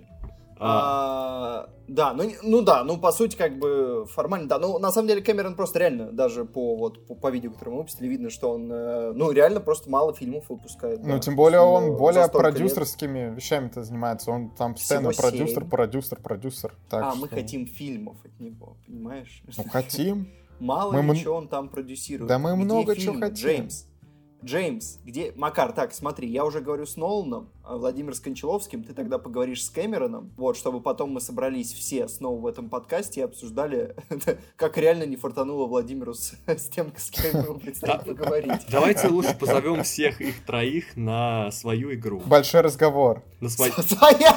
а, А, да, ну, не- ну да, ну по сути как бы формально, да, ну на самом деле Кэмерон просто реально, даже по вот по, по видео, которое мы выпустили, видно, что он, э, ну реально просто мало фильмов выпускает. Ну, да. тем более То есть, он ну, более за столько лет- продюсерскими вещами-то занимается. Он там постоянно Всего продюсер, семь. продюсер, продюсер. Так А, что- мы хотим фильмов от него, понимаешь? Ну, хотим. Мало Мы ли мн- что он там продюсирует. Да мы Где много чего фильмы, хотим. Джеймс, Джеймс, где... Макар, так, смотри, я уже говорю с Ноланом, а Владимир с Кончаловским, ты тогда поговоришь с Кэмероном, вот, чтобы потом мы собрались все снова в этом подкасте и обсуждали, как реально не фартануло Владимиру с, с тем, с кем ему предстоит поговорить. Давайте лучше позовем всех их троих на свою игру. Большой разговор. На свой... Своя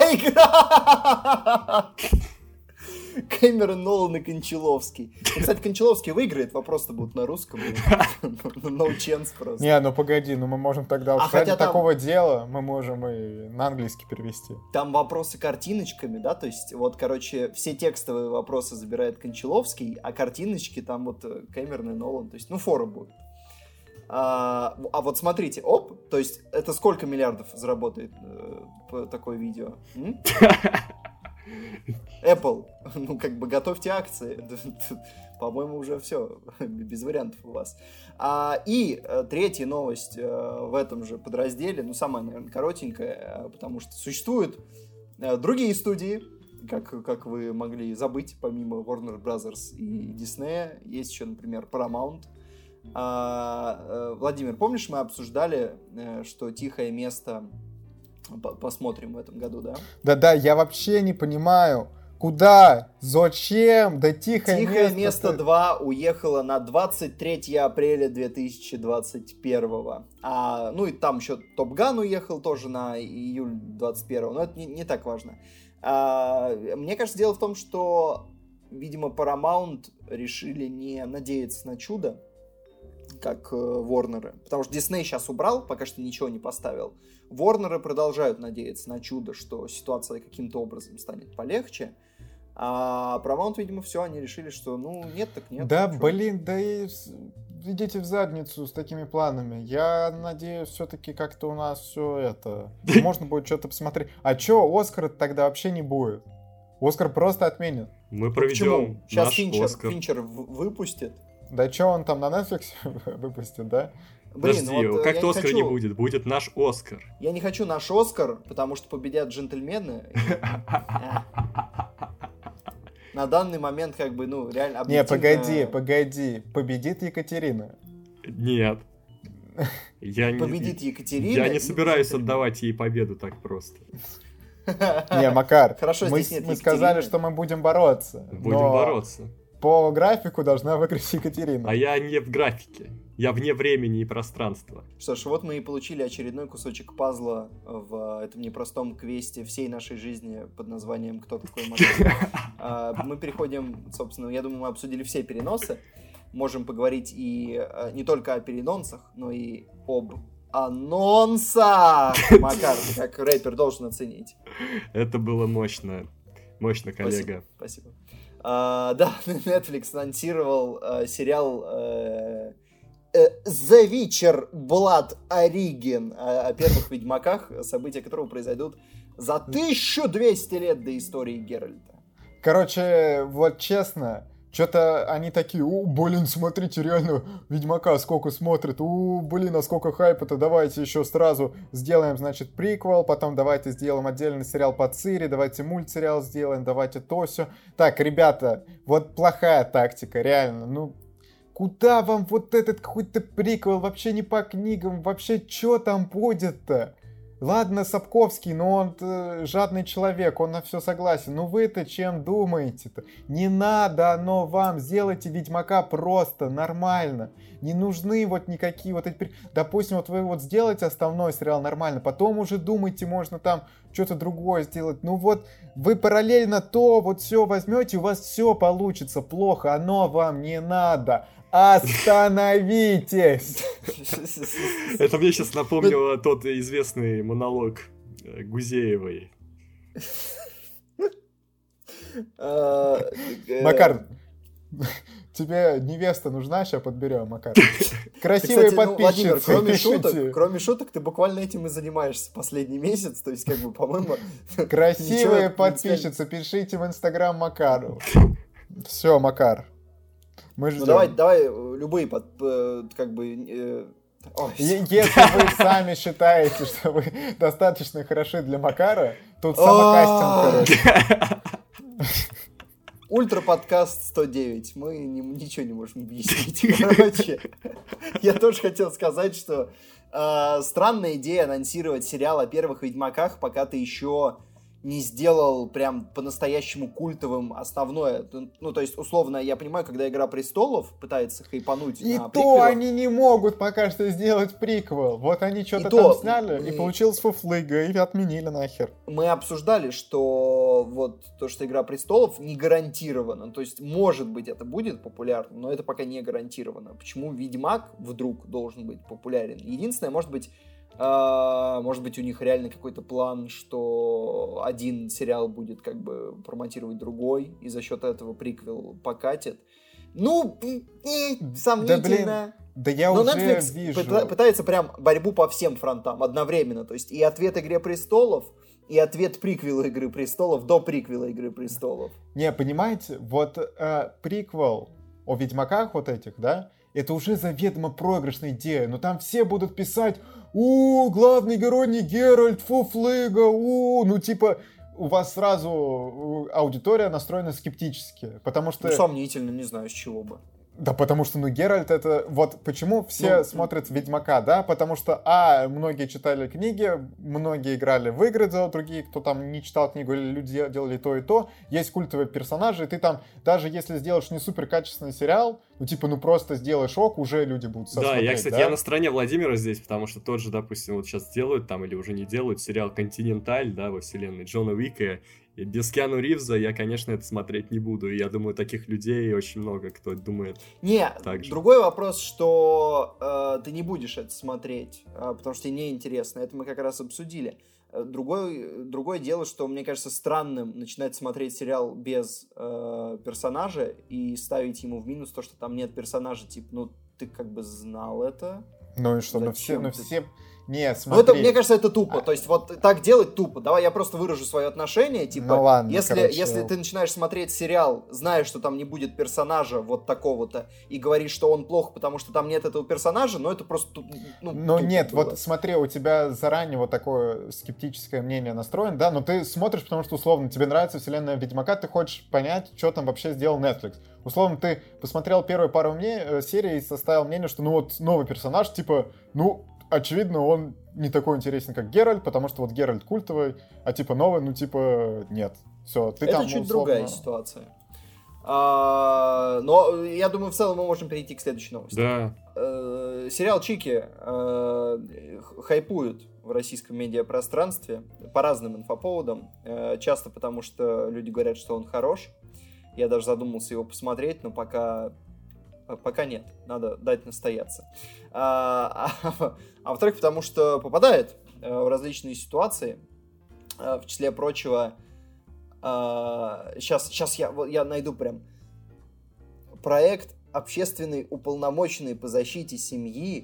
игра! Кэмерон, Нолан и Кончаловский. И, кстати, Кончаловский выиграет, вопросы будут на русском. No chance просто. Не, ну погоди, ну мы можем тогда уж А хотя ради там- такого дела, мы можем и на английский перевести. Там вопросы картиночками, да, то есть вот, короче, все текстовые вопросы забирает Кончаловский, а картиночки там вот э, Кэмерон и Нолан, то есть, ну, форы будут. А, а вот смотрите, оп, то есть это сколько миллиардов заработает э, по такое видео? М? Apple, ну как бы готовьте акции, по-моему уже все, без вариантов у вас. А, и э, третья новость э, в этом же подразделе, ну самая, наверное, коротенькая, э, потому что существуют э, другие студии, как, как вы могли забыть, помимо Warner Brothers и Disney, есть еще, например, Paramount. А, э, Владимир, помнишь, мы обсуждали, э, что «Тихое место» по- посмотрим в этом году, да? Да-да, я вообще не понимаю, куда, зачем, да тихое, «Тихое место. место два» уехало на двадцать третьего апреля две тысячи двадцать первого. А, ну и там еще «Топ Ган» уехал тоже на июль двадцать первого, но это не, не так важно. А, мне кажется, дело в том, что, видимо, Paramount решили не надеяться на чудо, как э, Warner, потому что Disney сейчас убрал, пока что ничего не поставил. Warner продолжают надеяться на чудо, что ситуация каким-то образом станет полегче. А Paramount, видимо, все, они решили, что ну нет, так нет. Да, Чё? блин, да и с- идите в задницу с такими планами. Я надеюсь, все-таки как-то у нас все это... Можно будет что-то посмотреть. А чё, Оскара тогда вообще не будет? Оскар просто отменит. Мы Ну, проведем почему? Сейчас наш Финчер, Оскар. Финчер в- выпустит. Да чё он там на Netflix выпустит, да? Блин, Подожди, вот, э, как-то я не Оскар хочу- не будет, будет наш Оскар. Я не хочу наш Оскар, потому что победят джентльмены. На данный момент, как бы, ну, реально Не, объективно- погоди, погоди. Победит Екатерина. Нет. Я не, Победит Екатерина. я не и собираюсь джентльмены. отдавать ей победу так просто. Не, Макар, Хорошо, мы, здесь нет мы Екатерины. сказали, что мы будем бороться. Будем но бороться. по графику должна выиграть Екатерина. А я не в графике. Я вне времени и пространства. Что ж, вот мы и получили очередной кусочек пазла в этом непростом квесте всей нашей жизни под названием «Кто такой Макар?». Мы переходим, собственно, я думаю, мы обсудили все переносы. Можем поговорить и не только о переносах, но и об анонсах. Макар, как рэпер, должен оценить. Это было мощно. Мощно, коллега. Спасибо. Спасибо. А, да, Netflix анонсировал а, сериал а, The Witcher Blood Origin о, о первых Ведьмаках, события которого произойдут за тысячу двести лет до истории Геральта. Короче, вот честно, что-то они такие, у, блин, смотрите, реально, Ведьмака сколько смотрят, у, блин, а сколько хайпа-то, давайте еще сразу сделаем, значит, приквел, потом давайте сделаем отдельный сериал по Цири, давайте мультсериал сделаем, давайте то все. Так, ребята, вот плохая тактика, реально, ну, куда вам вот этот какой-то приквел, вообще не по книгам, вообще что там будет-то? Ладно, Сапковский, но он э, жадный человек, он на все согласен. Ну вы-то чем думаете-то? Не надо оно вам, сделайте Ведьмака просто, нормально. Не нужны вот никакие вот эти... Допустим, вот вы вот сделаете основной сериал нормально, потом уже думайте, можно там что-то другое сделать. Ну вот, вы параллельно то вот все возьмете, у вас все получится плохо, оно вам не надо. Остановитесь! Это мне сейчас напомнило тот известный монолог Гузеевой. Макар, тебе невеста нужна? Сейчас подберем, Макар. Красивые Кстати, подписчицы. Ну, Владимир, кроме шуток, кроме шуток, ты буквально этим и занимаешься последний месяц. То есть, как бы, по-моему... Красивые подписчицы, пишите в Инстаграм Макару. Все, Макар. Мы ждем. Ну давай, давай любые под, как бы... Э, ой, Если вы сами считаете, что вы достаточно хороши для Макара, тут самокастинг, короче. Ультраподкаст сто девять. Мы не, ничего не можем объяснить. Короче, я тоже хотел сказать, что э, странная идея анонсировать сериал о первых Ведьмаках, пока ты еще не сделал прям по-настоящему культовым основное. Ну, то есть, условно, я понимаю, когда «Игра престолов» пытается хайпануть и на то приквелах. они не могут пока что сделать приквел. Вот они что-то И там то сняли, мы... и получилось фуфлыга, и отменили нахер. Мы обсуждали, что вот то, что «Игра престолов» не гарантировано. То есть, может быть, это будет популярно, но это пока не гарантировано. Почему «Ведьмак» вдруг должен быть популярен? Единственное, может быть, Uh, может быть, у них реально какой-то план, что один сериал будет как бы промотировать другой, и за счет этого приквел покатит. Ну, и, сомнительно. Да, блин, да я Но уже Netflix вижу. пыта- пытается прям борьбу по всем фронтам одновременно. То есть и ответ «Игре престолов», и ответ приквела «Игры престолов» до приквела «Игры престолов». Не, понимаете, вот э, приквел о Ведьмаках вот этих, да, это уже заведомо проигрышная идея, но там все будут писать: у, главный герой не Геральт, фуфлыга, у, ну типа у вас сразу аудитория настроена скептически, потому что... Ну, сомнительно, не знаю, с чего бы. Да потому что, ну, Геральт это... Вот почему все ну, смотрят Ведьмака, да? Потому что, а, многие читали книги, многие играли в игры, другие, кто там не читал книгу, или люди делали то и то. Есть культовые персонажи, и ты там, даже если сделаешь не супер качественный сериал, ну, типа, ну, просто сделаешь ок, уже люди будут смотреть, да? Я, кстати, да? я на стороне Владимира здесь, потому что тот же, допустим, вот сейчас делают там, или уже не делают, сериал «Континенталь», да, во вселенной Джона Уика. И без Киану Ривза я, конечно, это смотреть не буду. И я думаю, таких людей очень много, кто думает Не, так же. Другой вопрос, что э, ты не будешь это смотреть, э, потому что тебе неинтересно. Это мы как раз обсудили. Другой, другое дело, что мне кажется странным начинать смотреть сериал без э, персонажа и ставить ему в минус то, что там нет персонажа. Типа, ну, ты как бы знал это. Ну и что, ну все, ну ты... все... Не, смотри. Ну, это, мне кажется, это тупо. А... То есть, вот так делать тупо. Давай я просто выражу свое отношение. Типа, ну, ладно, если, короче... если ты начинаешь смотреть сериал, зная, что там не будет персонажа вот такого-то, и говоришь, что он плох, потому что там нет этого персонажа, но это просто... Ну, ну нет, было. Вот смотри, у тебя заранее вот такое скептическое мнение настроено, да, но ты смотришь, потому что, условно, тебе нравится вселенная Ведьмака, ты хочешь понять, что там вообще сделал Netflix. Условно, ты посмотрел первую пару мне... серий и составил мнение, что ну вот новый персонаж, типа, ну... Очевидно, он не такой интересен, как Геральт, потому что вот Геральт культовый, а типа новый, ну типа нет. Все, ты это там, чуть условно... другая ситуация. А, но я думаю, в целом мы можем перейти к следующей новости. Да. А, сериал «Чики» а, хайпуют в российском медиапространстве по разным инфоповодам. А, часто потому, что люди говорят, что он хорош. Я даже задумался его посмотреть, но пока, пока нет. Надо дать настояться. А, а, а во-вторых, потому что попадает в различные ситуации. В числе прочего, сейчас, сейчас я, я найду прям проект «Общественный уполномоченный по защите семьи»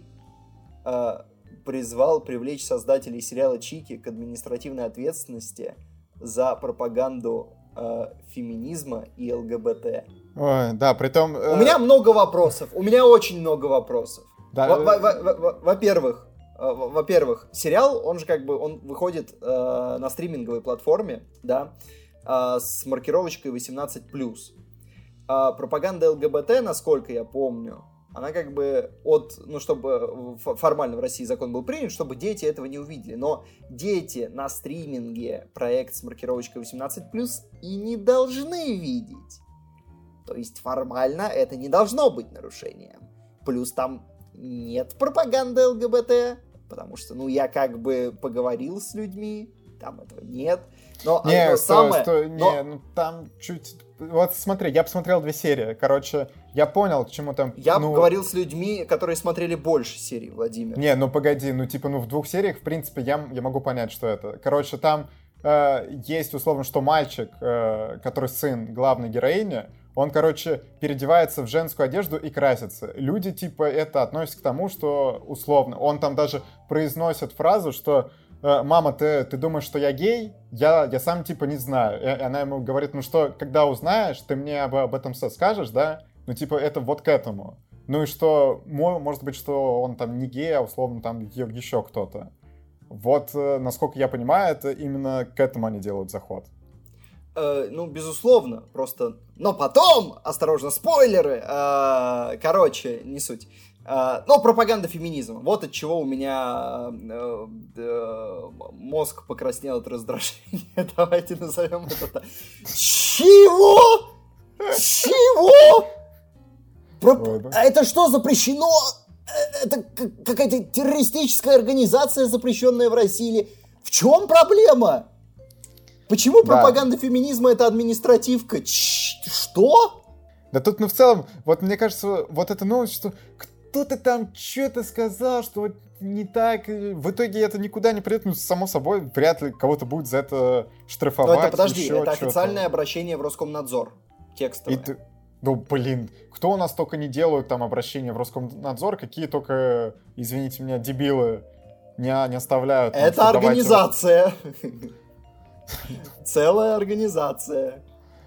призвал привлечь создателей сериала «Чики» к административной ответственности за пропаганду феминизма и ЛГБТ. Ой, да, притом... У меня много вопросов, у меня очень много вопросов. Да. Во-первых, Во-первых, сериал, он же как бы, он выходит э, на стриминговой платформе, да, э, с маркировочкой восемнадцать плюс. А пропаганда ЛГБТ, насколько я помню, она как бы от, ну, чтобы формально в России закон был принят, чтобы дети этого не увидели. Но дети на стриминге проект с маркировочкой восемнадцать плюс и не должны видеть. То есть формально это не должно быть нарушением. Плюс там нет пропаганды ЛГБТ, потому что, ну, я как бы поговорил с людьми, там этого нет. Но не, одно стой, самое... стой, но... не, ну там чуть... Вот смотри, я посмотрел две серии, короче, я понял, к чему там... Я ну... говорил с людьми, которые смотрели больше серий, Владимир. Не, ну погоди, ну типа, ну в двух сериях, в принципе, я, я могу понять, что это. Короче, там э, есть условно, что мальчик, э, который сын главной героини, он, короче, переодевается в женскую одежду и красится. Люди, типа, это относятся к тому, что, условно, он там даже произносит фразу, что «Мама, ты, ты думаешь, что я гей? Я, я сам, типа, не знаю». И она ему говорит, ну что, когда узнаешь, ты мне об, об этом скажешь, да? Ну, типа, это вот к этому. Ну и что, может быть, что он там не гей, а, условно, там еще кто-то. Вот, насколько я понимаю, это именно к этому они делают заход. Ну, безусловно, просто... Но потом, осторожно, спойлеры, короче, не суть. Но пропаганда феминизма. Вот от чего у меня мозг покраснел от раздражения. Давайте назовем это так. Чего? Чего? Про... Это что, запрещено? Это какая-то террористическая организация, запрещенная в России? В чем проблема? Почему да. пропаганда феминизма — это административка? Ч- что? Да тут, ну, в целом, вот мне кажется, вот эта новость, что кто-то там что-то сказал, что вот не так, в итоге это никуда не придет, ну, само собой, вряд ли кого-то будет за это штрафовать. Но это, подожди, это что-то. официальное обращение в Роскомнадзор, текстовое. Ты... Ну, блин, кто у нас только не делают там обращения в Роскомнадзор, какие только, извините меня, дебилы не, не оставляют. Там, это организация. Давайте... Целая организация.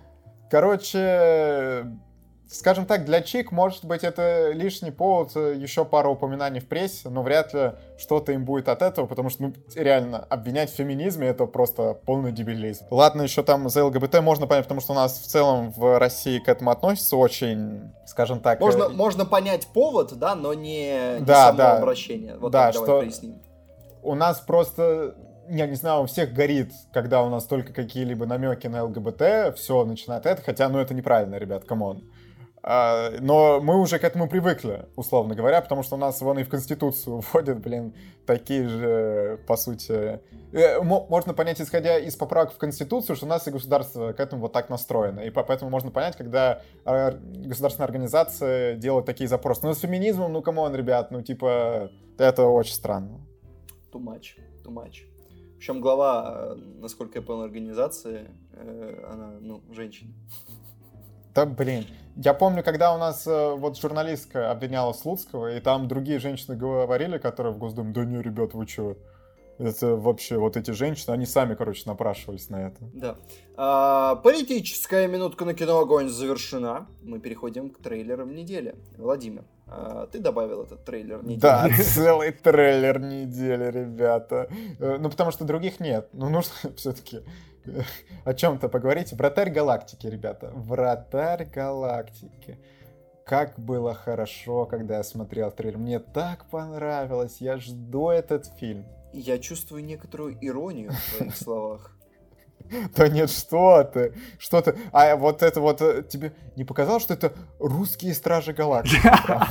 Короче, скажем так, для Чик, может быть, это лишний повод, еще пару упоминаний в прессе, но вряд ли что-то им будет от этого, потому что, ну, реально, обвинять в феминизме — это просто полный дебилизм. Ладно, еще там за ЛГБТ можно понять, потому что у нас в целом в России к этому относятся очень, скажем так... Можно, э... можно понять повод, да, но не, не да, само да. обращение. Вот да, так, что давай проясним. У нас просто... Я не знаю, у всех горит, когда у нас только какие-либо намеки на ЛГБТ, все начинает это, хотя, ну, это неправильно, ребят, камон. А, но мы уже к этому привыкли, условно говоря, потому что у нас вон и в Конституцию вводят, блин, такие же, по сути... Можно понять, исходя из поправок в Конституцию, что у нас и государство к этому вот так настроено. И поэтому можно понять, когда государственная организация делает такие запросы. Но с феминизмом, ну, камон, ребят, ну, типа, это очень странно. Too much, too much. Причем глава, насколько я понял, организации, она, ну, женщина. Да, блин. Я помню, когда у нас вот журналистка обвиняла Слуцкого, и там другие женщины говорили, которые в Госдуме, да не, ребят, вы чё? Это вообще, вот эти женщины, они сами, короче, напрашивались на это. Да. А, политическая минутка на кино «Огонь» завершена. Мы переходим к трейлерам недели. Владимир, а, ты добавил этот трейлер недели? Да, целый трейлер недели, ребята. Ну, потому что других нет. Ну, нужно все-таки о чем-то поговорить. Вратарь галактики, ребята. Вратарь галактики. Как было хорошо, когда я смотрел трейлер. Мне так понравилось. Я жду этот фильм. Я чувствую некоторую иронию в твоих словах. Да нет, что ты, что ты. А вот это вот тебе не показалось, что это русские Стражи Галактики?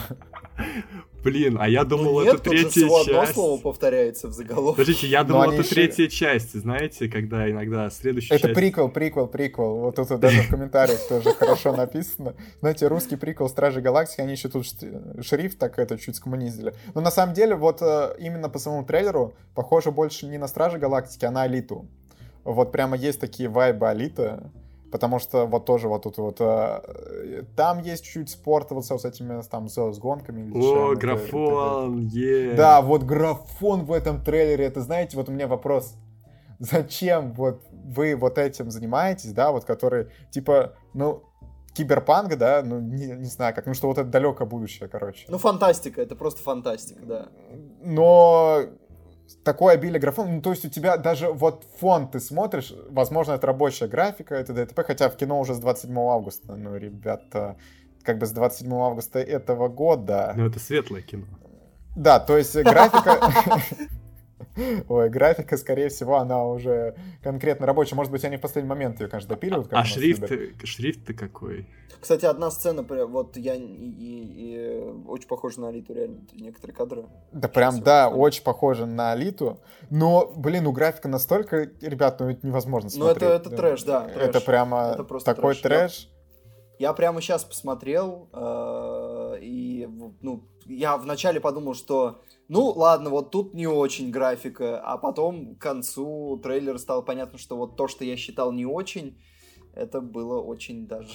Блин, а я думал, ну, это нет, третья тут же всего часть. одно слово повторяется в заголовке. Подождите, я думал, это еще... третья часть, знаете, когда иногда следующая это часть... Это приквел, приквел, приквел. Вот тут даже в комментариях тоже хорошо написано. Знаете, русский приквел Стражи Галактики, они еще тут шрифт так это чуть скоммунизили. Но на самом деле, вот именно по самому трейлеру, похоже больше не на Стражи Галактики, а на Алиту. Вот прямо есть такие вайбы Алиты. Потому что вот тоже вот тут вот э, там есть чуть спорта вот с, с этими там с, с гонками. О, графон, е. Да, вот графон в этом трейлере. Это, знаете, вот у меня вопрос. Зачем вот вы вот этим занимаетесь, да, вот который, типа, ну, киберпанк, да, ну, не, не знаю как, ну, что вот это далекое будущее, короче. Ну, фантастика, это просто фантастика, да. Но... такое обилие графона, ну, то есть у тебя даже вот фон ты смотришь, возможно, это рабочая графика, это д т п, хотя в кино уже с двадцать седьмого августа, ну, ребята, как бы с двадцать седьмого августа этого года. Ну, это светлое кино. Да, то есть графика... Ой, графика, скорее всего, она уже конкретно рабочая. Может быть, они в последний момент ее, конечно, допиливают. А шрифт, шрифт-то какой? Кстати, одна сцена, вот я и, и, и, очень похожа на Алиту, реально, некоторые кадры. Да прям, да, очень похожа на Алиту. Но, блин, у графика настолько, ребят, ну это невозможно смотреть. Ну это, это трэш, да. Трэш. Это прямо это такой трэш. трэш. Я, я прямо сейчас посмотрел, э, и, ну, я вначале подумал, что ну, ладно, вот тут не очень графика, а потом к концу трейлера стало понятно, что вот то, что я считал не очень, это было очень даже.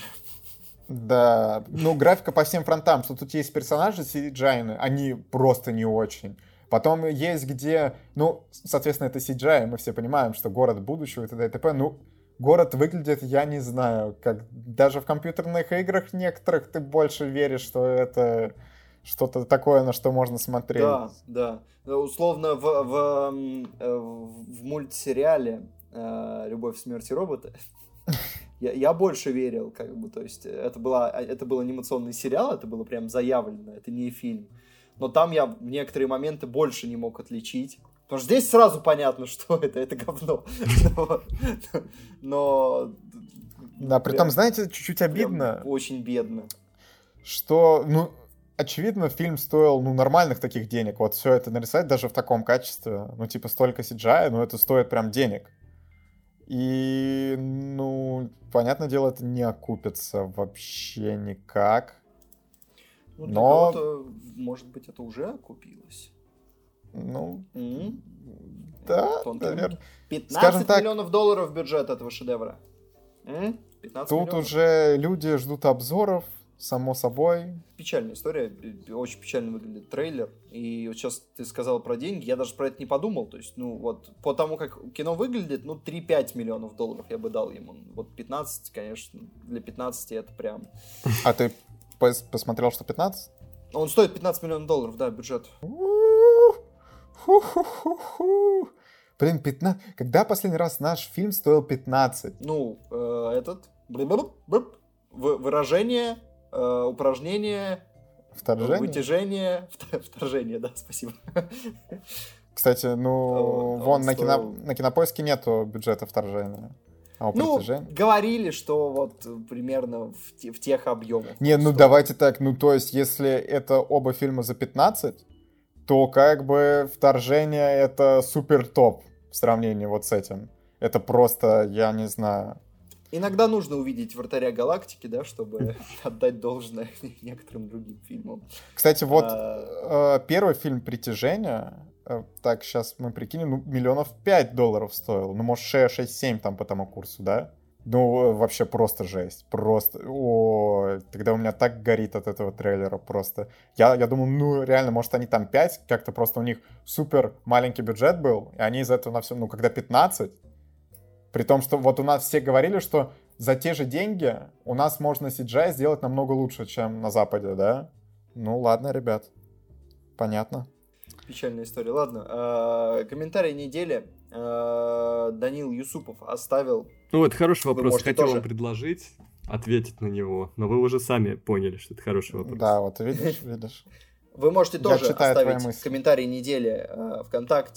Да, ну, графика по всем фронтам, что тут есть персонажи си джи ай, они просто не очень. Потом есть где, ну, соответственно, это си джи ай, мы все понимаем, что город будущего и т.д. и т.п., ну, город выглядит, я не знаю, как даже в компьютерных играх некоторых ты больше веришь, что это... что-то такое, на что можно смотреть. Да, да. Условно, в, в, в мультсериале «Любовь, смерть и роботы» я, я больше верил, как бы, то есть это, была, это был анимационный сериал, это было прям заявлено, это не фильм. Но там я в некоторые моменты больше не мог отличить. Потому что здесь сразу понятно, что это, это говно. Но... Да, при том, знаете, чуть-чуть обидно. Очень бедно. Что, ну... очевидно, фильм стоил, ну, нормальных таких денег. Вот все это нарисовать даже в таком качестве, ну, типа, столько си джи ай, ну, это стоит прям денег. И, ну, понятное дело, это не окупится вообще никак. Ну, для Но... кого-то, может быть, это уже окупилось. Ну, mm-hmm. да, наверное. пятнадцать миллионов долларов бюджет этого шедевра. Mm? пятнадцать Тут миллионов. уже люди ждут обзоров. Само собой. Печальная история, очень печально выглядит трейлер. И вот сейчас ты сказал про деньги, я даже про это не подумал. То есть, ну вот, по тому, как кино выглядит, ну, три-пять миллионов долларов я бы дал ему. Вот пятнадцать, конечно, для пятнадцати это прям... А ты пос- посмотрел, что пятнадцать? Он стоит пятнадцать миллионов долларов, да, бюджет. Блин, пятнадцать... Когда последний раз наш фильм стоил пятнадцать? Ну, э, этот... Выражение... Uh, упражнение, вторжение? вытяжение, вторжение, да, спасибо. Кстати, ну, вон на, кино, на Кинопоиске нету бюджета вторжения. А у ну, притяжения? Говорили, что вот примерно в, те, в тех объемах. Не, ну давайте так, ну то есть, если это оба фильма за пятнадцать, то как бы вторжение это супер топ в сравнении вот с этим. Это просто, я не знаю... Иногда нужно увидеть «Вратаря галактики», да, чтобы отдать должное некоторым другим фильмам. Кстати, вот а... первый фильм «Притяжение», так, сейчас мы прикинем, ну, миллионов пять долларов стоил. Ну, может, шесть-семь там по тому курсу, да? Ну, вообще просто жесть. Просто, о, тогда у меня так горит от этого трейлера просто. Я, я думаю, ну, реально, может, они там пять, как-то просто у них супер маленький бюджет был, и они из этого на все, ну, когда пятнадцать, при том, что вот у нас все говорили, что за те же деньги у нас можно си джи ай сделать намного лучше, чем на Западе, да? Ну, ладно, ребят. Понятно. Печальная история. Ладно, э, комментарий недели. Э, Данил Юсупов оставил... Ну, это хороший вопрос. Хотел тоже... вам предложить ответить на него, но вы уже сами поняли, что это хороший вопрос. Да, вот видишь, видишь. Вы можете тоже оставить комментарий недели э, ВКонтакте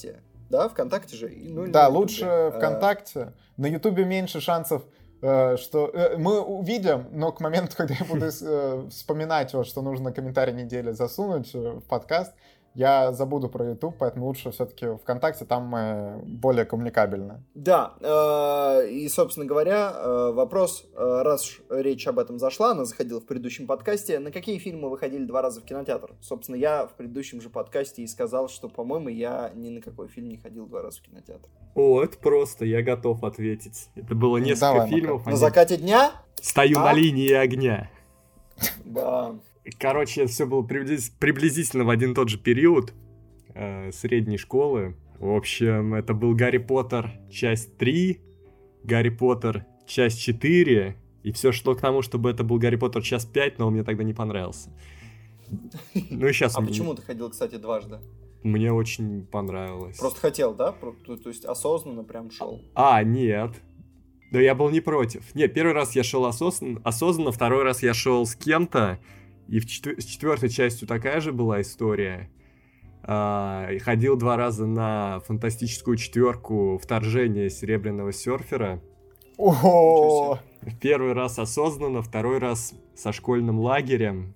Да, ВКонтакте же. Ну, да, лучше ВКонтакте. На Ютубе меньше шансов, что мы увидим, но к моменту, когда я буду вспоминать, вот, что нужно комментарий недели засунуть в подкаст, я забуду про YouTube, поэтому лучше все-таки ВКонтакте, там мы более коммуникабельны. Да, э, и, собственно говоря, э, вопрос, э, раз уж речь об этом зашла, она заходила в предыдущем подкасте, на какие фильмы вы ходили два раза в кинотеатр? Собственно, я в предыдущем же подкасте и сказал, что, по-моему, я ни на какой фильм не ходил два раза в кинотеатр. О, это просто, я готов ответить. Это было несколько Давай, фильмов. На они... закате дня? Стою а? на линии огня. Да. Короче, это все было приблизительно в один и тот же период э, средней школы. В общем, это был Гарри Поттер часть три, Гарри Поттер часть четыре, и все шло к тому, чтобы это был Гарри Поттер часть пять, но он мне тогда не понравился. Ну и сейчас. А почему ты ходил, кстати, дважды? Мне очень понравилось. Просто хотел, да? То, то есть осознанно прям шел? А, нет. Да я был не против. Нет, первый раз я шел осознанно, осознанно, второй раз я шел с кем-то. И в четвер- с четвертой частью такая же была история. А, ходил два раза на фантастическую четверку «Вторжение серебряного серфера». Ого! Первый раз осознанно, второй раз со школьным лагерем.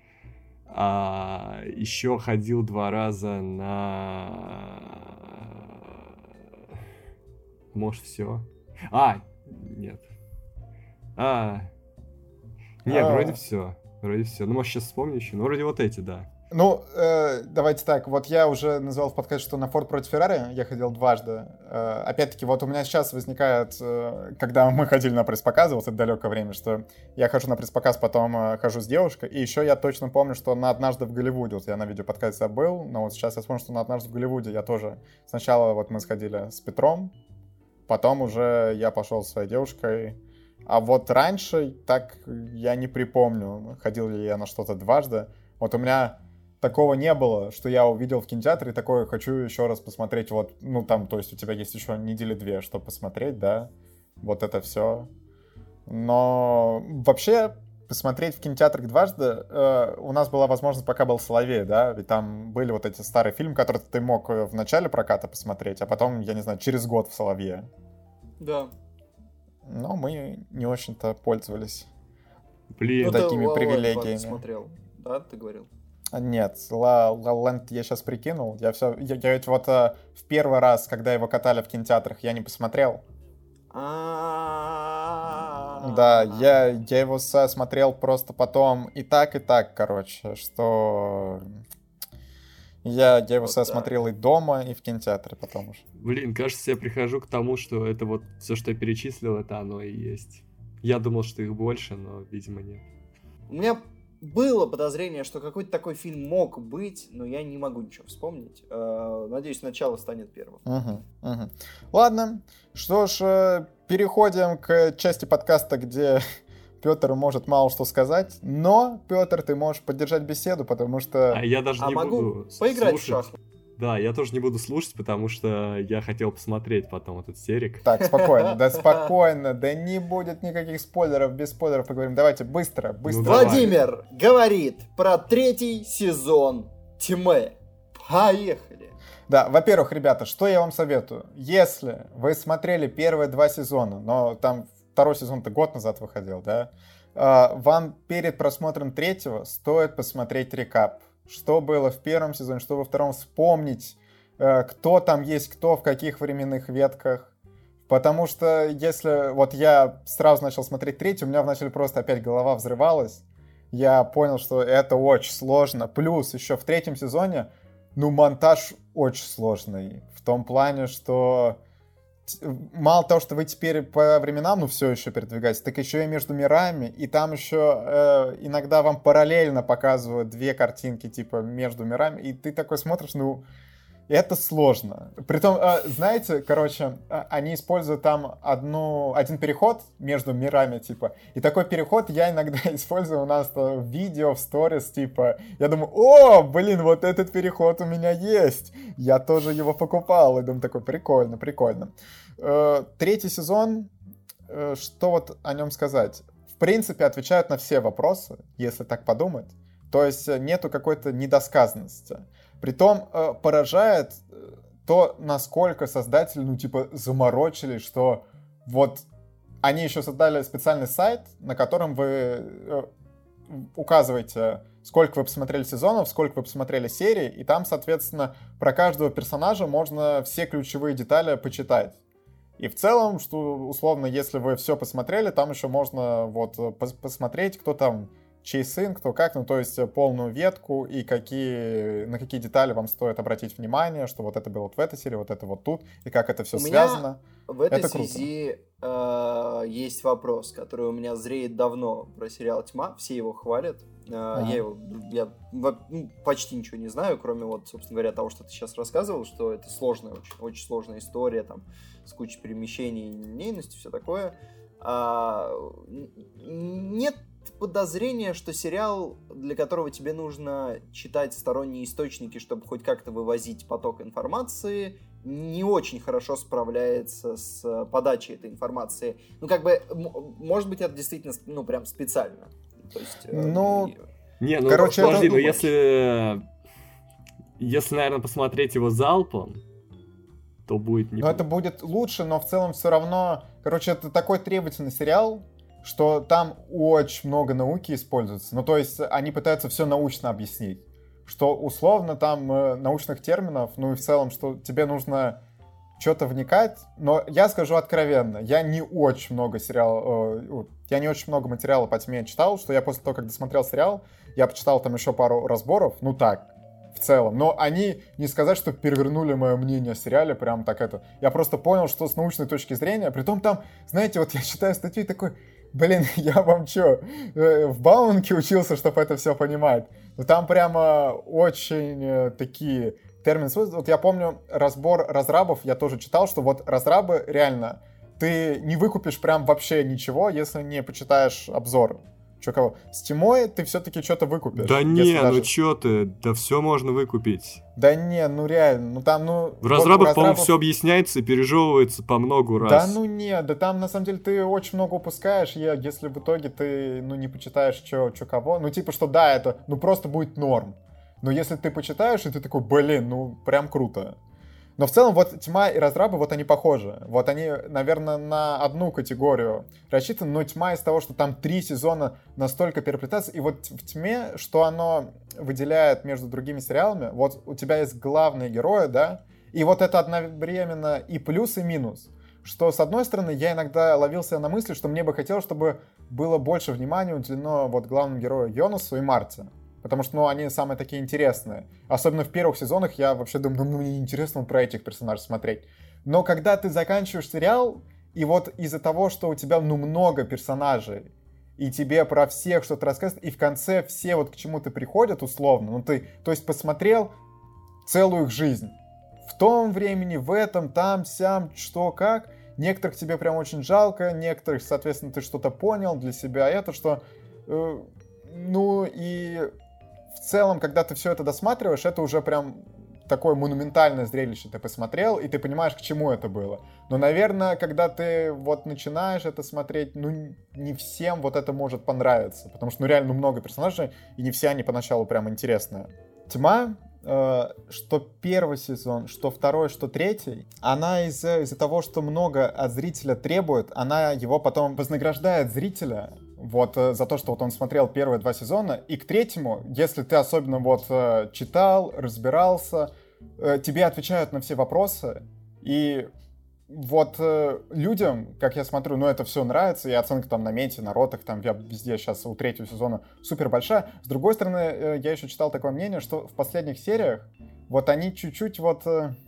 А, еще ходил два раза на... Может, все? А, нет. А, нет, А-а-а. вроде все. Вроде все. Ну, может, сейчас вспомню еще. Ну, вроде вот эти, да. Ну, э, давайте так. Вот я уже назвал в подкасте, что на Форд против Феррари я ходил дважды. Э, опять-таки, вот у меня сейчас возникает, э, когда мы ходили на пресс-показы, вот это далекое время, что я хожу на пресс-показ, потом э, хожу с девушкой. И еще я точно помню, что на «Однажды в Голливуде», вот я на видеоподкасте забыл, но вот сейчас я вспомнил, что на «Однажды в Голливуде» я тоже... Сначала вот мы сходили с Петром, потом уже я пошел со своей девушкой. А вот раньше так я не припомню, ходил ли я на что-то дважды. Вот у меня такого не было, что я увидел в кинотеатре и такое хочу еще раз посмотреть. Вот, ну там, то есть у тебя есть еще недели две, чтобы посмотреть, да, вот это все. Но вообще посмотреть в кинотеатрах дважды э, у нас была возможность, пока был «Соловей», да, ведь там были вот эти старые фильмы, которые ты мог в начале проката посмотреть, а потом, я не знаю, через год в «Соловье». Да. Но мы не очень-то пользовались Блин. ну, такими ты привилегиями. Ты смотрел, да, ты говорил? Нет, La La Land я сейчас прикинул. Я все, я, я ведь вот а, в первый раз, когда его катали в кинотеатрах, я не посмотрел. Да, я, я его смотрел просто потом и так, и так, короче, что... Я, я его вот смотрел и дома, и в кинотеатре потом уже. Блин, кажется, я прихожу к тому, что это вот все, что я перечислил, это оно и есть. Я думал, что их больше, но, видимо, нет. У меня было подозрение, что какой-то такой фильм мог быть, но я не могу ничего вспомнить. Надеюсь, начало станет первым. Угу, угу. Ладно, что ж, переходим к части подкаста, где... Петр может мало что сказать, но, Петр, ты можешь поддержать беседу, потому что... А я даже а не могу буду поиграть слушать. в шахматы. Да, я тоже не буду слушать, потому что я хотел посмотреть потом этот серик. Так, спокойно, да спокойно, да не будет никаких спойлеров, без спойлеров поговорим. Давайте быстро, быстро. Ну, Владимир говорит про третий сезон «Тьмы». Поехали! Да, во-первых, ребята, что я вам советую? Если вы смотрели первые два сезона, но там... Второй сезон-то год назад выходил, да? Вам перед просмотром третьего стоит посмотреть рекап. Что было в первом сезоне, что во втором, вспомнить, кто там есть, кто в каких временных ветках. Потому что если... Вот я сразу начал смотреть третий, у меня вначале просто опять голова взрывалась. Я понял, что это очень сложно. Плюс еще в третьем сезоне, ну, монтаж очень сложный. В том плане, что... Мало того, что вы теперь по временам, ну, все еще передвигаетесь, так еще и между мирами, и там еще э, иногда вам параллельно показывают две картинки, типа, между мирами, и ты такой смотришь, ну, это сложно. Притом, э, знаете, короче, э, они используют там одну, один переход между мирами, типа, и такой переход я иногда использую у нас в видео, в сторис, типа, я думаю, о, блин, вот этот переход у меня есть, я тоже его покупал, и думаю, такой, прикольно, прикольно. Э, третий сезон, э, что вот о нем сказать? В принципе, отвечают на все вопросы, если так подумать, то есть нету какой-то недосказанности. Притом э, поражает то, насколько создатели, ну, типа, заморочились, что вот они еще создали специальный сайт, на котором вы э, указываете, сколько вы посмотрели сезонов, сколько вы посмотрели серий, и там, соответственно, про каждого персонажа можно все ключевые детали почитать. И в целом, что условно, если вы все посмотрели, там еще можно вот пос- посмотреть, кто там, чей сын, кто как, ну то есть полную ветку и какие, на какие детали вам стоит обратить внимание, что вот это было вот в этой серии, вот это вот тут, и как это все у связано. Меня в этой это связи э, есть вопрос, который у меня зреет давно про сериал «Тьма», все его хвалят. Э, ага. Я его я, ну, почти ничего не знаю, кроме вот, собственно говоря, того, что ты сейчас рассказывал, что это сложная, очень, очень сложная история, там, с кучей перемещений, нейности, все такое. А, нет подозрения, что сериал, для которого тебе нужно читать сторонние источники, чтобы хоть как-то вывозить поток информации, не очень хорошо справляется с подачей этой информации. Ну, как бы, может быть, это действительно, ну, прям специально. То есть... Ну... И... Не, ну, короче, подожди, это... ну, если... Если, наверное, посмотреть его залпом, то будет не... Ну, это будет лучше, но в целом все равно... Короче, это такой требовательный сериал, что там очень много науки используется. Ну, то есть они пытаются все научно объяснить. Что условно там э, научных терминов, ну и в целом, что тебе нужно что-то вникать. Но я скажу откровенно, я не очень много сериалов, э, я не очень много материала по тьме читал, что я после того, как досмотрел сериал, я почитал там еще пару разборов, ну так, в целом. Но они, не сказать, что перевернули мое мнение о сериале, прям так это. Я просто понял, что с научной точки зрения, притом там, знаете, вот я читаю статью такой, блин, я вам что, в Бауманке учился, чтобы это все понимать? Но там прямо очень такие термины. Вот я помню разбор разрабов, я тоже читал, что вот разрабы реально, ты не выкупишь прям вообще ничего, если не почитаешь обзоры. Чё кого? С тьмой ты все-таки что-то выкупишь. Да не, даже... ну чё ты, да все можно выкупить. Да не, ну реально, ну там, ну... В разрабах, вот, по-моему, все объясняется и пережевывается по много раз. Да ну не, да там на самом деле ты очень много упускаешь, если в итоге ты, ну, не почитаешь чё, чё кого. Ну типа, что да, это, ну просто будет норм. Но если ты почитаешь, и ты такой, блин, ну прям круто. Но в целом вот «Тьма» и «Разрабы», вот они похожи. Вот они, наверное, на одну категорию рассчитаны, но «Тьма» из того, что там три сезона настолько переплетаются. И вот в «Тьме», что оно выделяет между другими сериалами, вот у тебя есть главные герои, да, и вот это одновременно и плюс, и минус. Что, с одной стороны, я иногда ловился на мысли, что мне бы хотелось, чтобы было больше внимания уделено вот главному герою Йонасу и Марте. Потому что, ну, они самые такие интересные. Особенно в первых сезонах я вообще думаю, ну, мне интересно про этих персонажей смотреть. Но когда ты заканчиваешь сериал, и вот из-за того, что у тебя, ну, много персонажей, и тебе про всех что-то рассказывают, и в конце все вот к чему-то приходят условно, ну, ты, то есть, посмотрел целую их жизнь. В том времени, в этом, там, сям, что, как. Некоторых тебе прям очень жалко, некоторых, соответственно, ты что-то понял для себя. Это что... Э, ну, и... В целом, когда ты все это досматриваешь, это уже прям такое монументальное зрелище. Ты посмотрел, и ты понимаешь, к чему это было. Но, наверное, когда ты вот начинаешь это смотреть, ну, не всем вот это может понравиться. Потому что, ну, реально много персонажей, и не все они поначалу прям интересные. «Тьма», э, что первый сезон, что второй, что третий, она из-за, из-за того, что много от зрителя требует, она его потом вознаграждает зрителя вот за то, что вот он смотрел первые два сезона, и к третьему, если ты особенно вот читал, разбирался, тебе отвечают на все вопросы, и вот людям, как я смотрю, ну это все нравится, и оценка там на Мете, на Ротах, там везде сейчас у третьего сезона супер большая. С другой стороны, я еще читал такое мнение, что в последних сериях вот они чуть-чуть вот...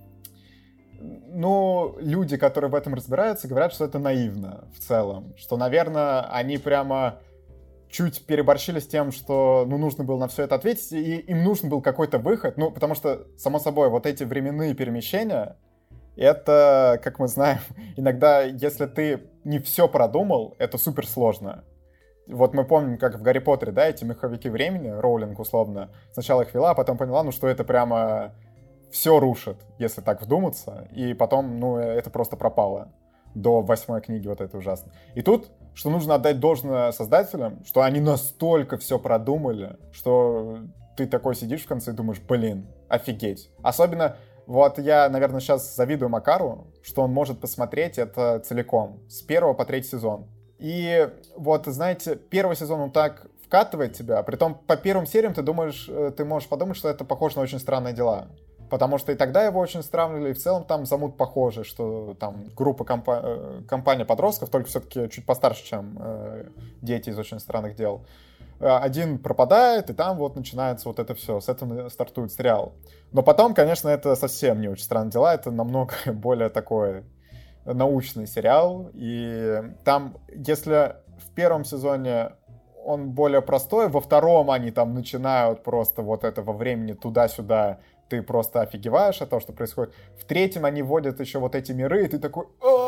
Ну, люди, которые в этом разбираются, говорят, что это наивно в целом. Что, наверное, они прямо чуть переборщили с тем, что, ну, нужно было на все это ответить, и им нужен был какой-то выход. Ну, потому что, само собой, вот эти временные перемещения, это, как мы знаем, иногда, если ты не все продумал, это супер сложно. Вот мы помним, как в Гарри Поттере, да, эти меховики времени, Роулинг условно, сначала их вела, а потом поняла, ну, что это прямо... все рушит, если так вдуматься, и потом, ну, это просто пропало до восьмой книги вот этой ужасной. И тут, что нужно отдать должное создателям, что они настолько все продумали, что ты такой сидишь в конце и думаешь, блин, офигеть. Особенно Вот я, наверное, сейчас завидую Макару, что он может посмотреть это целиком, с первого по третий сезон. И вот, знаете, первый сезон он так вкатывает тебя, а притом по первым сериям ты думаешь, ты можешь подумать, что это похоже на «Очень странные дела». Потому что и тогда его очень сравнивали, и в целом там замут похожий, что там группа, компа- компания подростков, только все-таки чуть постарше, чем э, дети из «Очень странных дел». Один пропадает, и там вот начинается вот это все, с этого стартует сериал. Но потом, конечно, это совсем не «Очень странные дела», это намного более такой научный сериал, и там, если в первом сезоне он более простой, во втором они там начинают просто вот это во времени туда-сюда, ты просто офигеваешь от того, что происходит. В третьем они вводят еще вот эти миры, и ты такой...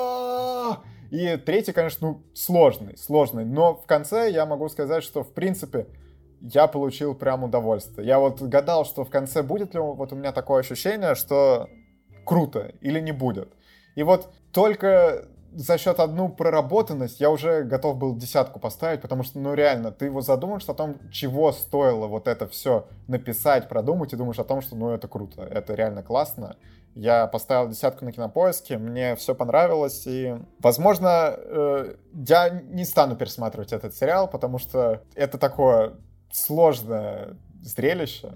И третий, конечно, ну, сложный, сложный. Но в конце я могу сказать, что, в принципе, я получил прям удовольствие. Я вот гадал, что в конце будет ли вот у меня такое ощущение, что круто или не будет. И вот только за счет одной проработанности я уже готов был десятку поставить, потому что, ну, реально, ты вот задумаешься о том, чего стоило вот это все написать, продумать, и думаешь о том, что, ну, это круто, это реально классно. Я поставил десятку на Кинопоиске, мне все понравилось, и, возможно, э, я не стану пересматривать этот сериал, потому что это такое сложное зрелище,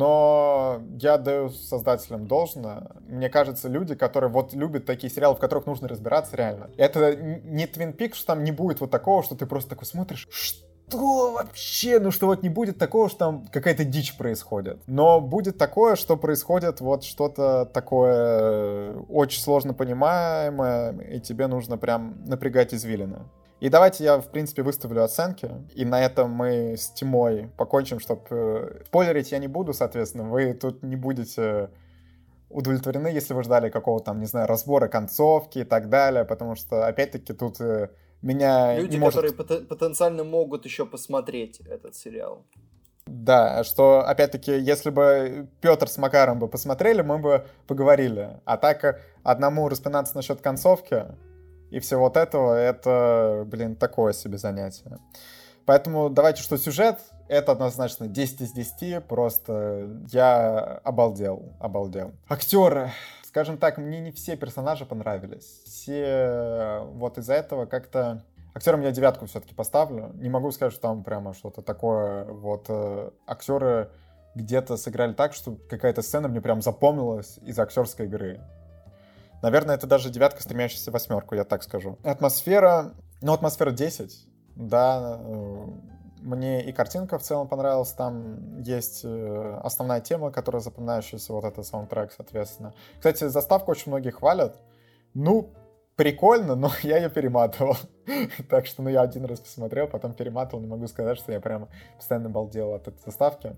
но я даю создателям должное. Мне кажется, люди, которые вот любят такие сериалы, в которых нужно разбираться реально. Это не Twin Peaks, что там не будет вот такого, что ты просто такой смотришь, что вообще? Ну что вот не будет такого, что там какая-то дичь происходит. Но будет такое, что происходит вот что-то такое очень сложно понимаемое, и тебе нужно прям напрягать извилины. И давайте я, в принципе, выставлю оценки, и на этом мы с Тимой покончим, чтобы... Спойлерить я не буду, соответственно, вы тут не будете удовлетворены, если вы ждали какого-то там, не знаю, разбора концовки и так далее, потому что, опять-таки, тут меня Люди, не может... которые пот- потенциально могут еще посмотреть этот сериал. Да, что, опять-таки, если бы Петр с Макаром бы посмотрели, мы бы поговорили. А так одному распинаться насчет концовки... И все вот этого, это, блин, такое себе занятие. Поэтому давайте, что сюжет, это однозначно десять из десяти, просто я обалдел, обалдел. Актеры, скажем так, мне не все персонажи понравились. Все вот из-за этого как-то... Актерам я девятку все-таки поставлю. Не могу сказать, что там прямо что-то такое. Вот актеры где-то сыграли так, что какая-то сцена мне прям запомнилась из актерской игры. Наверное, это даже девятка, стремящаяся в восьмерку, я так скажу. Атмосфера, ну, атмосфера десять, да, мне и картинка в целом понравилась, там есть основная тема, которая запоминающаяся, вот этот саундтрек, соответственно. Кстати, заставку очень многие хвалят, ну, прикольно, но я ее перематывал, так что, ну, я один раз посмотрел, потом перематывал, не могу сказать, что я прям постоянно балдел от этой заставки.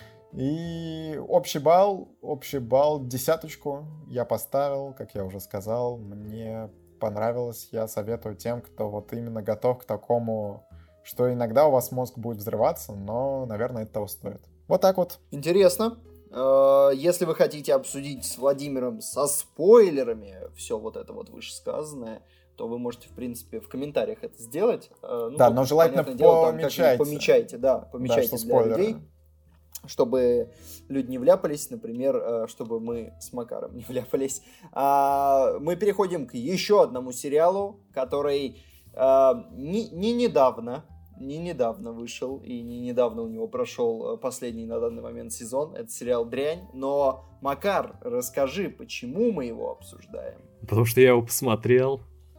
И общий балл, общий балл, десяточку я поставил, как я уже сказал, мне понравилось, я советую тем, кто вот именно готов к такому, что иногда у вас мозг будет взрываться, но, наверное, это того стоит. Вот так вот. Интересно. Если вы хотите обсудить с Владимиром со спойлерами все вот это вот вышесказанное, то вы можете, в принципе, в комментариях это сделать. Ну, да, но желательно дело, помечайте. Там, помечайте, да, помечайте да, для спойлеры. Людей. Чтобы люди не вляпались, например, чтобы мы с Макаром не вляпались. Мы переходим к еще одному сериалу, который не, не недавно, не недавно вышел, и не недавно у него прошел последний на данный момент сезон. Это сериал «Дрянь». Но, Макар, расскажи, почему мы его обсуждаем? Потому что я его посмотрел.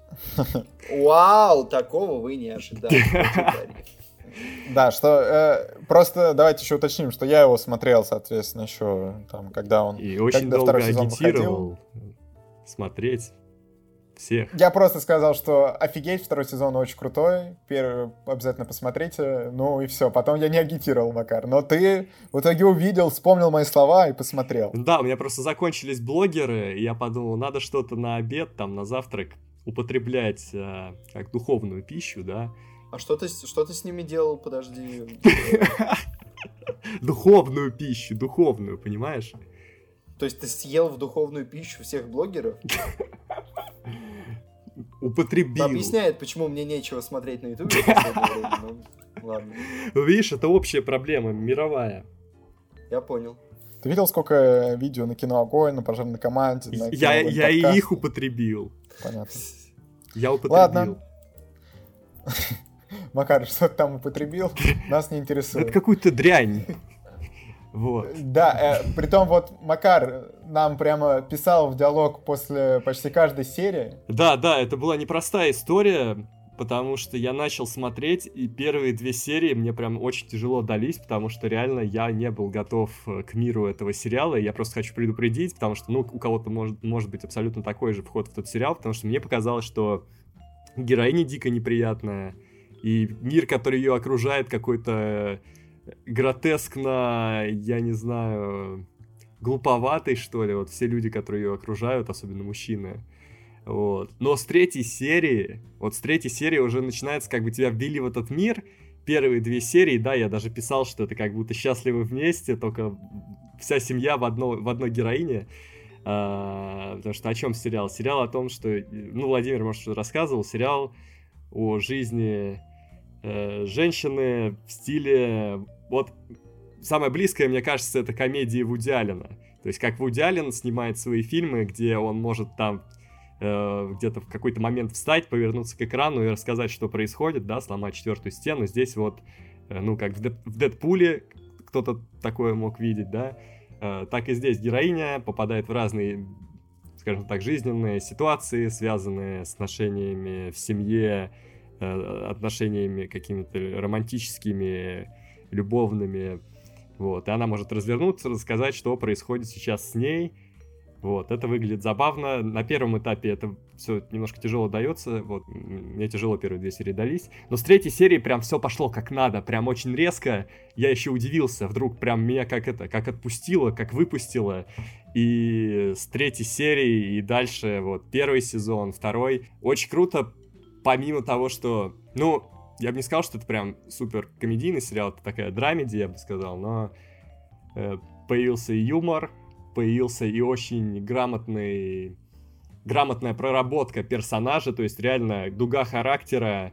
Вау, такого вы не ожидали. Да, что э, просто давайте еще уточним, что я его смотрел, соответственно, еще там, когда он... И очень долго агитировал смотреть всех. Я просто сказал, что офигеть, второй сезон очень крутой, первый обязательно посмотрите, ну и все. Потом я не агитировал, Макар, но ты в итоге увидел, вспомнил мои слова и посмотрел. Да, у меня просто закончились блогеры, и я подумал, надо что-то на обед, там, на завтрак употреблять э, как духовную пищу, да. А что ты, что ты с ними делал? Подожди. Духовную пищу, духовную, понимаешь? То есть ты съел в духовную пищу всех блогеров? Употребил. Это объясняет, почему мне нечего смотреть на ютубе в последнее время. Ну, ладно. Видишь, это общая проблема, мировая. Я понял. Ты видел, сколько видео на Кино Огонь, на Пожарной команде? На Я, я и их употребил. Понятно. Я употребил. Ладно. Макар, что ты там употребил, нас не интересует. Это какую-то дрянь. Вот. Да, э, притом вот Макар нам прямо писал в диалог после почти каждой серии. Да, да, это была непростая история, потому что я начал смотреть, и первые две серии мне прям очень тяжело дались, потому что реально я не был готов к миру этого сериала, и я просто хочу предупредить, потому что, ну, у кого-то может, может быть абсолютно такой же вход в тот сериал, потому что мне показалось, что героиня дико неприятная, и мир, который ее окружает, какой-то гротескно, я не знаю, глуповатый, что ли, вот все люди, которые ее окружают, особенно мужчины. Вот. Но с третьей серии, вот с третьей серии уже начинается, как бы тебя ввели в этот мир. Первые две серии, да, я даже писал, что это как будто счастливы вместе, только вся семья в, одно, в одной героине. А, потому что о чем сериал? Сериал о том, что, ну, Владимир, может, что-то рассказывал, сериал о жизни э, женщины в стиле, вот, самое близкое, мне кажется, это комедии Вуди Аллена. То есть, как Вуди Аллен снимает свои фильмы, где он может там где-то в какой-то момент встать, повернуться к экрану и рассказать, что происходит, да, сломать четвертую стену. Здесь вот, ну, как в, Дэд, в Дэдпуле кто-то такое мог видеть, да, так и здесь героиня попадает в разные, скажем так, жизненные ситуации, связанные с отношениями в семье, отношениями какими-то романтическими, любовными, вот, и она может развернуться, рассказать, что происходит сейчас с ней. Вот, это выглядит забавно. На первом этапе это все немножко тяжело дается. Вот, мне тяжело первые две серии дались. Но с третьей серии прям все пошло как надо. Прям очень резко. Я еще удивился. Вдруг прям меня как это, как отпустило, как выпустило. И с третьей серии и дальше, вот, первый сезон, второй. Очень круто, помимо того, что, ну, я бы не сказал, что это прям супер комедийный сериал. Это такая драмеди, я бы сказал. Но э, появился и юмор, появился и очень грамотный, грамотная проработка персонажа, то есть реально дуга характера,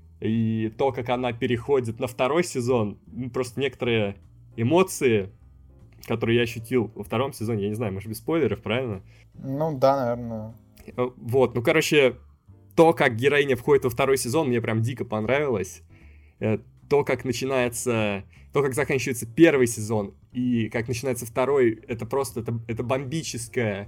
и то, как она переходит на второй сезон, просто некоторые эмоции, которые я ощутил во втором сезоне, я не знаю, может, без спойлеров, правильно? Ну да, наверное. Вот, ну, короче, то, как героиня входит во второй сезон, мне прям дико понравилось. То, как начинается... То, как заканчивается первый сезон и как начинается второй, это просто это, это бомбическая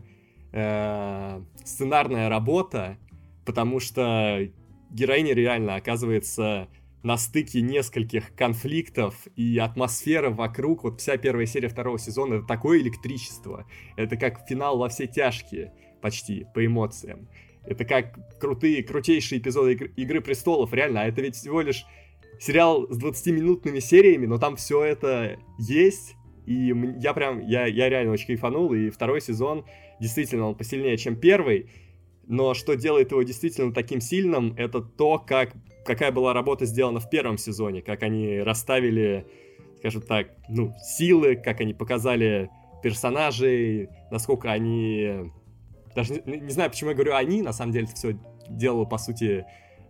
э, сценарная работа, потому что героиня реально оказывается на стыке нескольких конфликтов, и атмосфера вокруг, вот вся первая серия второго сезона, это такое электричество. Это как финал «Во все тяжкие» почти, по эмоциям. Это как крутые, крутейшие эпизоды «Игры, Игры престолов», реально, а это ведь всего лишь сериал с двадцатиминутными сериями, но там все это есть, и я прям, я, я реально очень кайфанул, и второй сезон, действительно, он посильнее, чем первый, но что делает его действительно таким сильным, это то, как, какая была работа сделана в первом сезоне, как они расставили, скажем так, ну, силы, как они показали персонажей, насколько они... Даже не, не знаю, почему я говорю «они», на самом деле это все делало, по сути...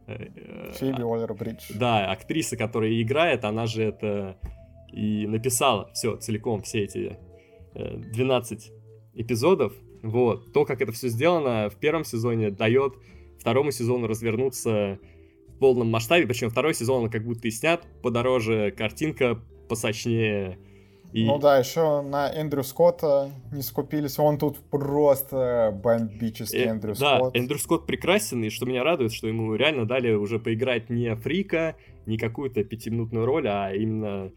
Фиби Уоллер-Бридж. Да, актриса, которая играет, она же это и написала все целиком, все эти двенадцать эпизодов. Вот. То, как это все сделано в первом сезоне, дает второму сезону развернуться в полном масштабе. Причем второй сезон он как будто и снят подороже, картинка посочнее. И... Ну да, еще на Эндрю Скотта не скупились. Он тут просто бомбический э, Эндрю да, Скотт. Да, Эндрю Скотт прекрасен, и что меня радует, что ему реально дали уже поиграть не фрика, не какую-то пятиминутную роль, а именно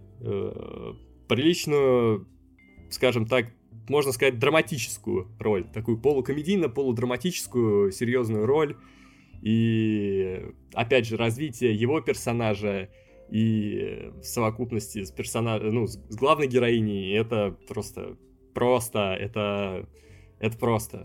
э, приличную, скажем так, можно сказать, драматическую роль. Такую полукомедийно-полудраматическую серьезную роль. И, опять же, развитие его персонажа и в совокупности с персонажем, ну, с главной героиней, это просто, просто, это, это просто.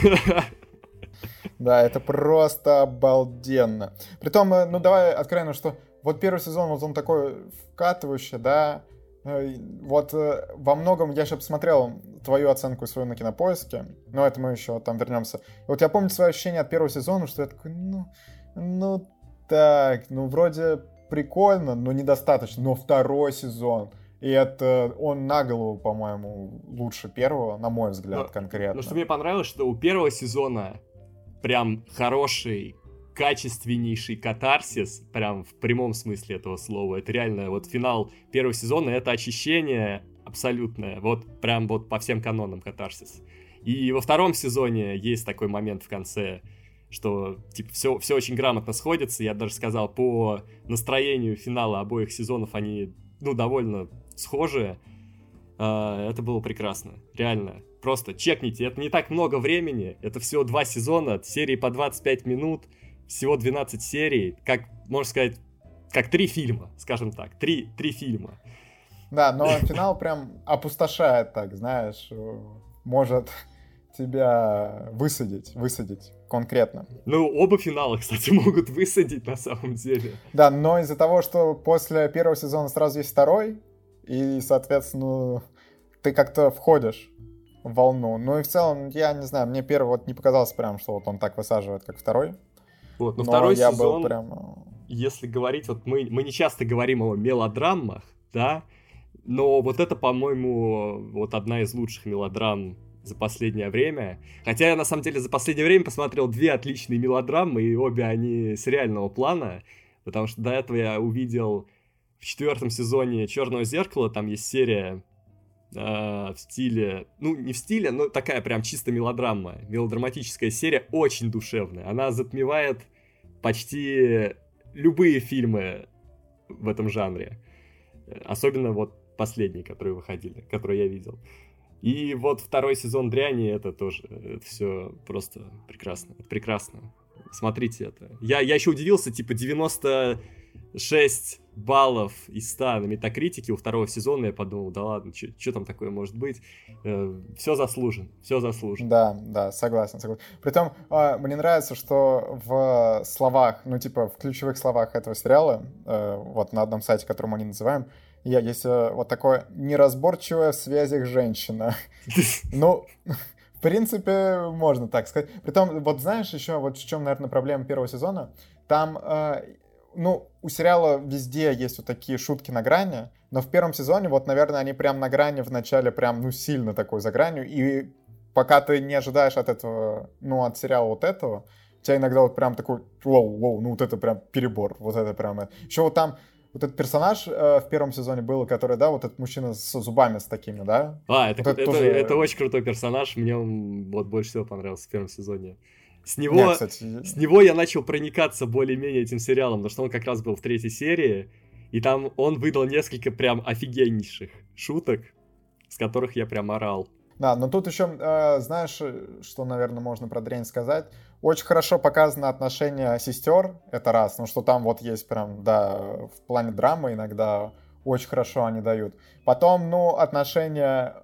Да, это просто обалденно. Притом, ну, давай откровенно, что вот первый сезон, вот он такой вкатывающий, да, вот во многом, я же посмотрел твою оценку свою на Кинопоиске, но это мы еще там вернемся. И вот я помню свои ощущения от первого сезона, что я такой, ну, ну так, ну, вроде... прикольно, но недостаточно. Но второй сезон, И это он на голову, по-моему, лучше первого, на мой взгляд, но, конкретно. Но что мне понравилось, что у первого сезона прям хороший, качественнейший катарсис, прям в прямом смысле этого слова. Это реально вот финал первого сезона, это очищение абсолютное, вот прям вот по всем канонам катарсис. И во втором сезоне есть такой момент в конце, что типа все, все очень грамотно сходится. Я даже сказал, по настроению финала обоих сезонов они, ну, довольно схожие. Это было прекрасно, реально. Просто чекните, это не так много времени, это всего два сезона, серии по двадцать пять минут, всего двенадцать серий, как, можно сказать, как три фильма, скажем так, три, три фильма. Да, но финал прям опустошает так, знаешь, может тебя высадить, высадить конкретно. Ну, оба финала, кстати, могут высадить на самом деле. Да, но из-за того, что после первого сезона сразу есть второй, и, соответственно, ты как-то входишь в волну. Ну и в целом, я не знаю, мне первый вот не показался прям, что вот он так высаживает, как второй. Вот, но, но второй я сезон, был прям... если говорить, вот мы, мы не часто говорим о мелодрамах, да, но вот это, по-моему, вот одна из лучших мелодрам за последнее время. Хотя я, на самом деле, за последнее время посмотрел две отличные мелодрамы, и обе они сериального плана, потому что до этого я увидел в четвертом сезоне «Черного зеркала», там есть серия э, в стиле, ну, не в стиле, но такая прям чисто мелодрама, мелодраматическая серия, очень душевная. Она затмевает почти любые фильмы в этом жанре. Особенно вот последние, которые выходили, которые я видел. И вот второй сезон «Дряни» — это тоже, это все просто прекрасно, это прекрасно. Смотрите это. Я, я еще удивился, типа девяносто шесть баллов из ста на Метакритике у второго сезона. Я подумал, да ладно, что там такое может быть? Э, все заслужен, все заслужен. Да, да, согласен, согласен. Притом, э, мне нравится, что в словах, ну типа в ключевых словах этого сериала, э, вот на одном сайте, который мы не называем, я, есть э, вот такое неразборчивая в связях женщина. Ну, в принципе, можно так сказать. Притом, вот знаешь еще, вот в чем, наверное, проблема первого сезона? Там, э, ну, у сериала везде есть вот такие шутки на грани, но в первом сезоне, вот, наверное, они прям на грани в начале прям, ну, сильно такой за гранью, и пока ты не ожидаешь от этого, ну, от сериала вот этого, у тебя иногда вот прям такой, воу, воу, ну, вот это прям перебор, вот это прям... Еще вот там вот этот персонаж э, в первом сезоне был, который, да, вот этот мужчина с зубами с такими, да? А, это, вот это, это, тоже... это очень крутой персонаж, мне он вот больше всего понравился в первом сезоне. С него, Нет, кстати... с него я начал проникаться более-менее этим сериалом, потому что он как раз был в третьей серии, и там он выдал несколько прям офигеннейших шуток, с которых я прям орал. Да, но тут еще, э, знаешь, что, наверное, можно про Дрянь сказать? Очень хорошо показано отношение сестер, это раз, ну что там вот есть прям, да, в плане драмы иногда очень хорошо они дают. Потом, ну, отношения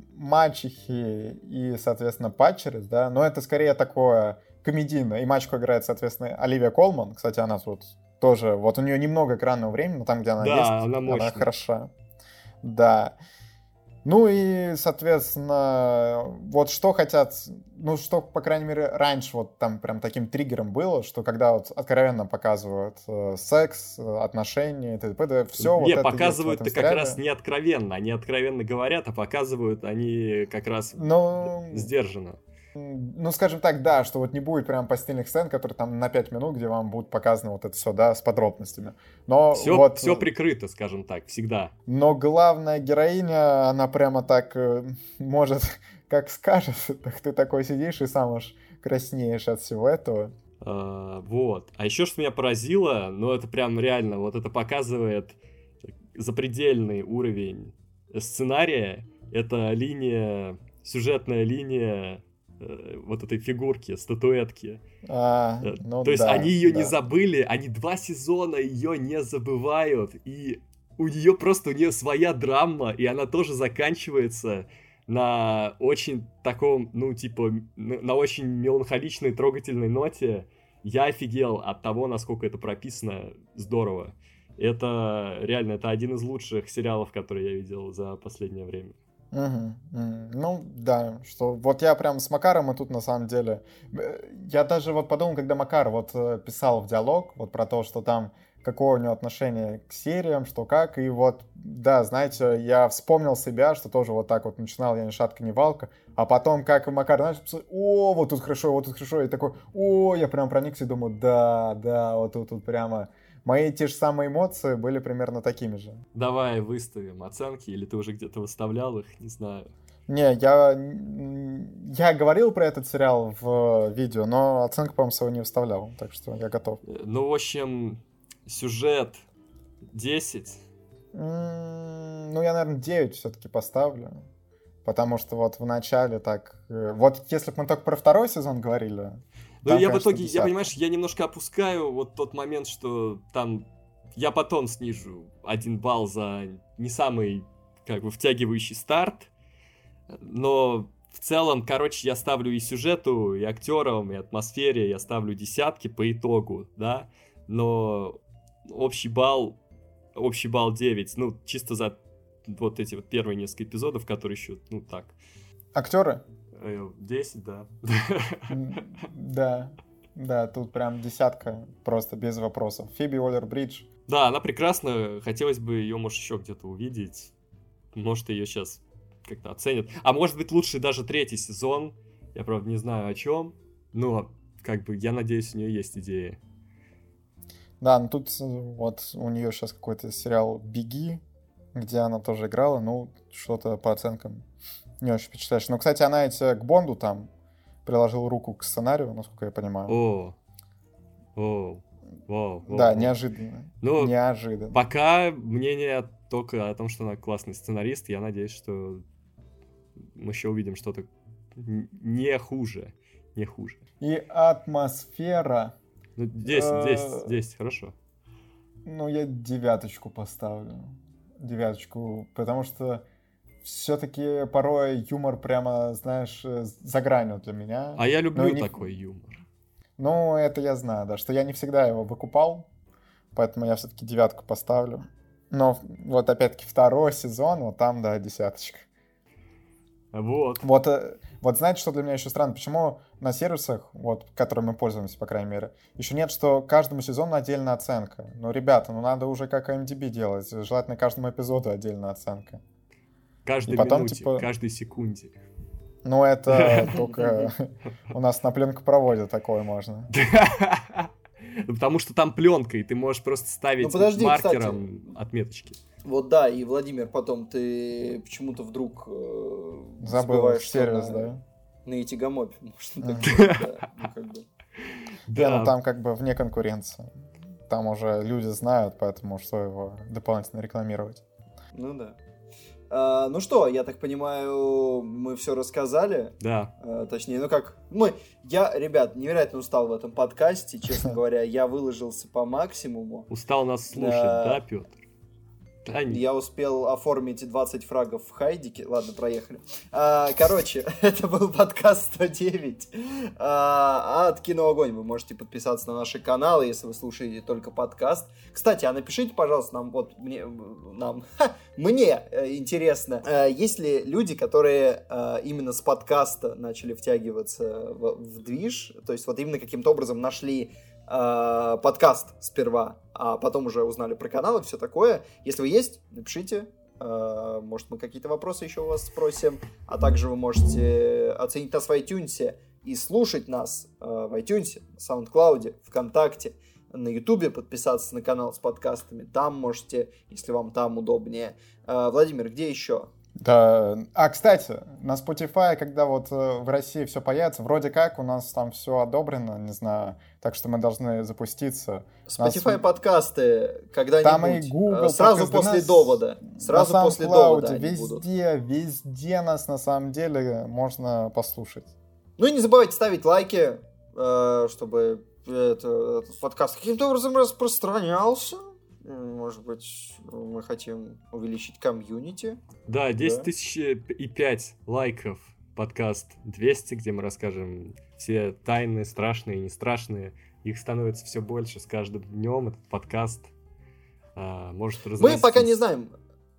мачехи и, соответственно, падчерис, да, но это скорее такое комедийное. И мачеху играет, соответственно, Оливия Колман, кстати, она тут тоже, вот у нее немного экранного времени, но там, где она да, есть, она, она хороша. Да. Ну и, соответственно, вот что хотят, ну что, по крайней мере, раньше вот там прям таким триггером было, что когда вот откровенно показывают э, секс, отношения, т.д., все вот это показывают-то как сериале. Раз не откровенно, они откровенно говорят, а показывают они как раз Но... сдержанно. Ну, скажем так, да, что вот не будет прям постельных сцен, которые там на пять минут, где вам будут показаны вот это все, да, с подробностями. Но все, вот... все прикрыто, скажем так, всегда. Но главная героиня, она прямо так э, может, как скажет, так ты такой сидишь и сам уж краснеешь от всего этого. А, вот. А еще что меня поразило, ну это прям реально, вот это показывает запредельный уровень сценария. Это линия, сюжетная линия вот этой фигурки, статуэтки. А, ну То есть да, они ее да. не забыли, они два сезона ее не забывают, и у нее просто, у нее своя драма, и она тоже заканчивается на очень таком, ну, типа, на очень меланхоличной, трогательной ноте. Я офигел от того, насколько это прописано здорово. Это реально, это один из лучших сериалов, которые я видел за последнее время. Мгм, мгм. Ну, да, что вот я прям с Макаром, и тут на самом деле... э, Я даже вот подумал, когда Макар вот э, писал в диалог вот про то, что там какое у него отношение к сериям, что как, и вот, да, знаете, я вспомнил себя, что тоже вот так вот начинал я ни шатка, ни валка, а потом, как и Макар, знаешь, писал, о, вот тут хорошо, вот тут хорошо, и такой, о, я прям проникся и думаю, да, да, вот тут, тут прямо... Мои те же самые эмоции были примерно такими же. Давай выставим оценки, или ты уже где-то выставлял их, не знаю. Не, я, м, я говорил про этот сериал в видео, но оценку, по-моему, свою не выставлял, так что я готов. Э, Ну, в общем, сюжет десять. М, Ну, я, наверное, девять все-таки поставлю, потому что вот в начале так... э, Вот если бы мы только про второй сезон говорили, Ну, там, я в конечно, итоге, я, десятка. понимаешь, я немножко опускаю вот тот момент, что там я потом снижу один балл за не самый, как бы, втягивающий старт, но в целом, короче, я ставлю и сюжету, и актерам, и атмосфере, я ставлю десятки по итогу, да, но общий балл, общий балл девять, ну, чисто за вот эти вот первые несколько эпизодов, которые еще, ну, так, Актеры? э, десять, да. М, Да, да, тут прям десятка, просто без вопросов. Фиби Уоллер-Бридж. Да, она прекрасна, хотелось бы ее, может, еще где-то увидеть, может, ее сейчас как-то оценят, а может быть, лучше даже третий сезон, я, правда, не знаю о чем, но, как бы, я надеюсь, у нее есть идеи. Да, ну тут э, вот у нее сейчас какой-то сериал «Беги», где она тоже играла, ну, что-то по оценкам не очень впечатляешь. Но, кстати, она ведь к Бонду там приложила руку к сценарию, насколько я понимаю. О, о, вау, вау, Да, вау. неожиданно. Ну, Неожиданно. пока мнение только о том, что она классный сценарист, я надеюсь, что мы еще увидим что-то н- не хуже, не хуже. И атмосфера. Ну, десять, Э, десять, десять, хорошо. Ну, я девяточку поставлю. Девяточку, потому что все-таки порой юмор прямо, знаешь, э, за гранью для меня. А я Ну, люблю и не- такой юмор. Ну, это я знаю, да, что я не всегда его выкупал, поэтому я все-таки девятку поставлю. Но вот опять-таки второй сезон, вот там, да, десяточка. Вот. Вот, э, вот знаете, что для меня еще странно? Почему на сервисах, вот, которыми мы пользуемся, по крайней мере, еще нет, что каждому сезону отдельная оценка? Ну, ребята, ну надо уже как ай эм ди би делать, желательно каждому эпизоду отдельная оценка. Каждой И потом, минуте, типа- каждой секунде. Ну, это только у нас на пленкопроводе такое можно. Ну, потому что там пленка, и ты можешь просто ставить Ну, подожди, маркером отметочки. Вот да, и Владимир, потом ты почему-то вдруг э, Забыл забываешь, что сервис, на, да? на Этигамопе, можно так Мгм. сказать, да, ну, как бы. Не, ну Да, там как бы вне конкуренции. Там уже люди знают, поэтому что его дополнительно рекламировать. Ну да. А, ну что, я так понимаю, мы все рассказали. да. А, точнее, ну как, мы, я, ребят, невероятно устал в этом подкасте, честно говоря, я выложился по максимуму. Устал нас слушать, Да. да, Петр? Да, не- Я успел оформить двадцать фрагов в Хайдике. Ладно, проехали. А, короче, это был подкаст сто девять а, от Кино Огонь. Вы можете подписаться на наши каналы, если вы слушаете только подкаст. Кстати, а напишите, пожалуйста, нам вот мне, нам, ха, мне э, интересно, э, есть ли люди, которые э, именно с подкаста начали втягиваться в, в движ, то есть вот именно каким-то образом нашли э, подкаст сперва, а потом уже узнали про канал и все такое. Если вы есть, напишите. Э, может, мы какие-то вопросы еще у вас спросим. А также вы можете оценить нас в iTunes и слушать нас э, в iTunes, на SoundCloud, ВКонтакте, на Ютубе, подписаться на канал с подкастами. Там можете, если вам там удобнее. Э, Владимир, где еще? Да. А, кстати, на Spotify, когда вот э, в России все появится, вроде как у нас там все одобрено, не знаю, так что мы должны запуститься. Spotify Нас- подкасты когда-нибудь. Там и Google э, Сразу подкасты, да после нас довода. Сразу на после SoundCloud, довода они везде, будут. везде нас на самом деле можно послушать. Ну и не забывайте ставить лайки, э, чтобы это- этот подкаст каким-то образом распространялся. М, Может быть, мы хотим увеличить комьюнити. Да, десять Да. тысяч и пять лайков. Подкаст двести, где мы расскажем все тайны, страшные и не страшные. Их становится все больше с каждым днем. Этот подкаст а, может Мы разрастись. пока не знаем,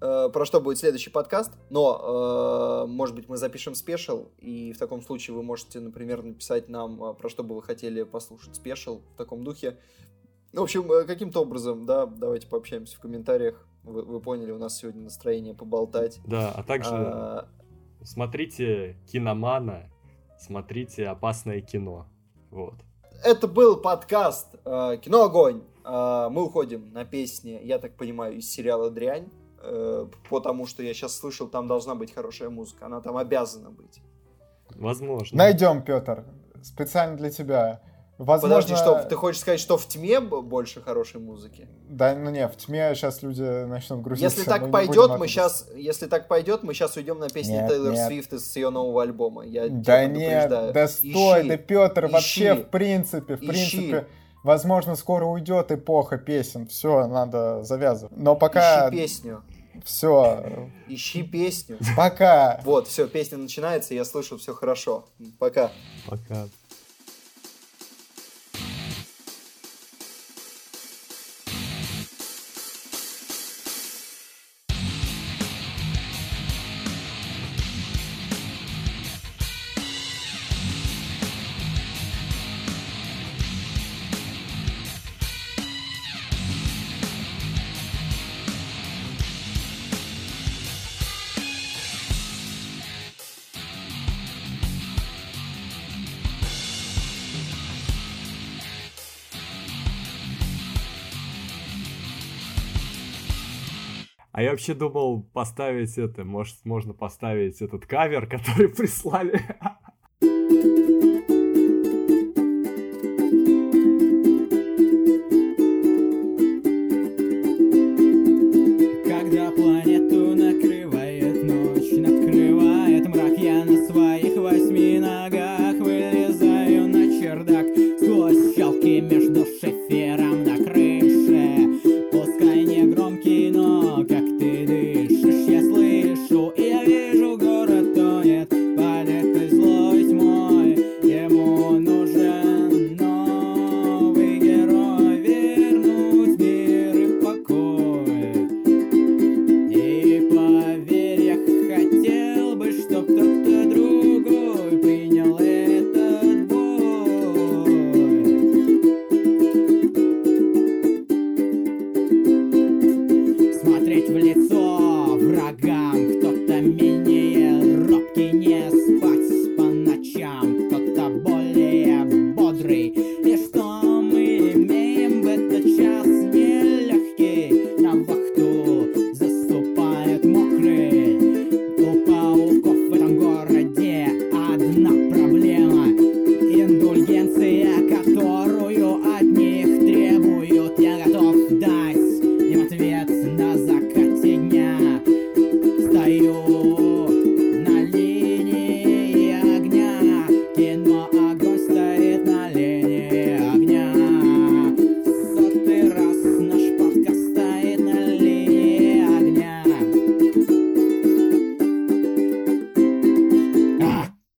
э, про что будет следующий подкаст, но, э, может быть, мы запишем спешл, и в таком случае вы можете, например, написать нам, э, про что бы вы хотели послушать спешл в таком духе. В общем, э, каким-то образом, да, давайте пообщаемся в комментариях. Вы, вы поняли, у нас сегодня настроение поболтать. Да, а также А, смотрите «Киномана», смотрите «Опасное кино». Вот. Это был подкаст э, «Кино Огонь». Э, мы уходим на песни, я так понимаю, из сериала «Дрянь», э, потому что я сейчас слышал, там должна быть хорошая музыка, она там обязана быть. Возможно. Найдем, Петр, специально для тебя. Возможно... Подожди, что, ты хочешь сказать, что в тьме больше хорошей музыки? Да, ну не, в тьме сейчас люди начнут грузиться. Если так мы пойдет, мы сейчас, если так пойдет, мы сейчас уйдем на песни Нет, Тейлор нет. Свифт из ее нового альбома. Я Да тебя нет, предупреждаю. да стой, Ищи, да Петр, вообще ищи, в принципе, в ищи. принципе, возможно, скоро уйдет эпоха песен, все, надо завязывать. Но пока... Ищи песню. Все, Ищи песню. пока. Вот, все, песня начинается, я слышу, все хорошо. Пока. Пока. А я вообще думал поставить это, может, можно поставить этот кавер, который прислали. Когда планету накрывает ночь, накрывает мрак, я на своих восьми ногах вылезаю на чердак сквозь щелки между шифером на крыше. Пускай не громкий, но как ты дышишь, я слышу, и я вижу, город тонет под этой злой тьмой. Ему нужен новый герой, вернуть мир и покой. И поверь, я хотел бы, чтоб кто-то другой принял этот бой. Смотреть в лицо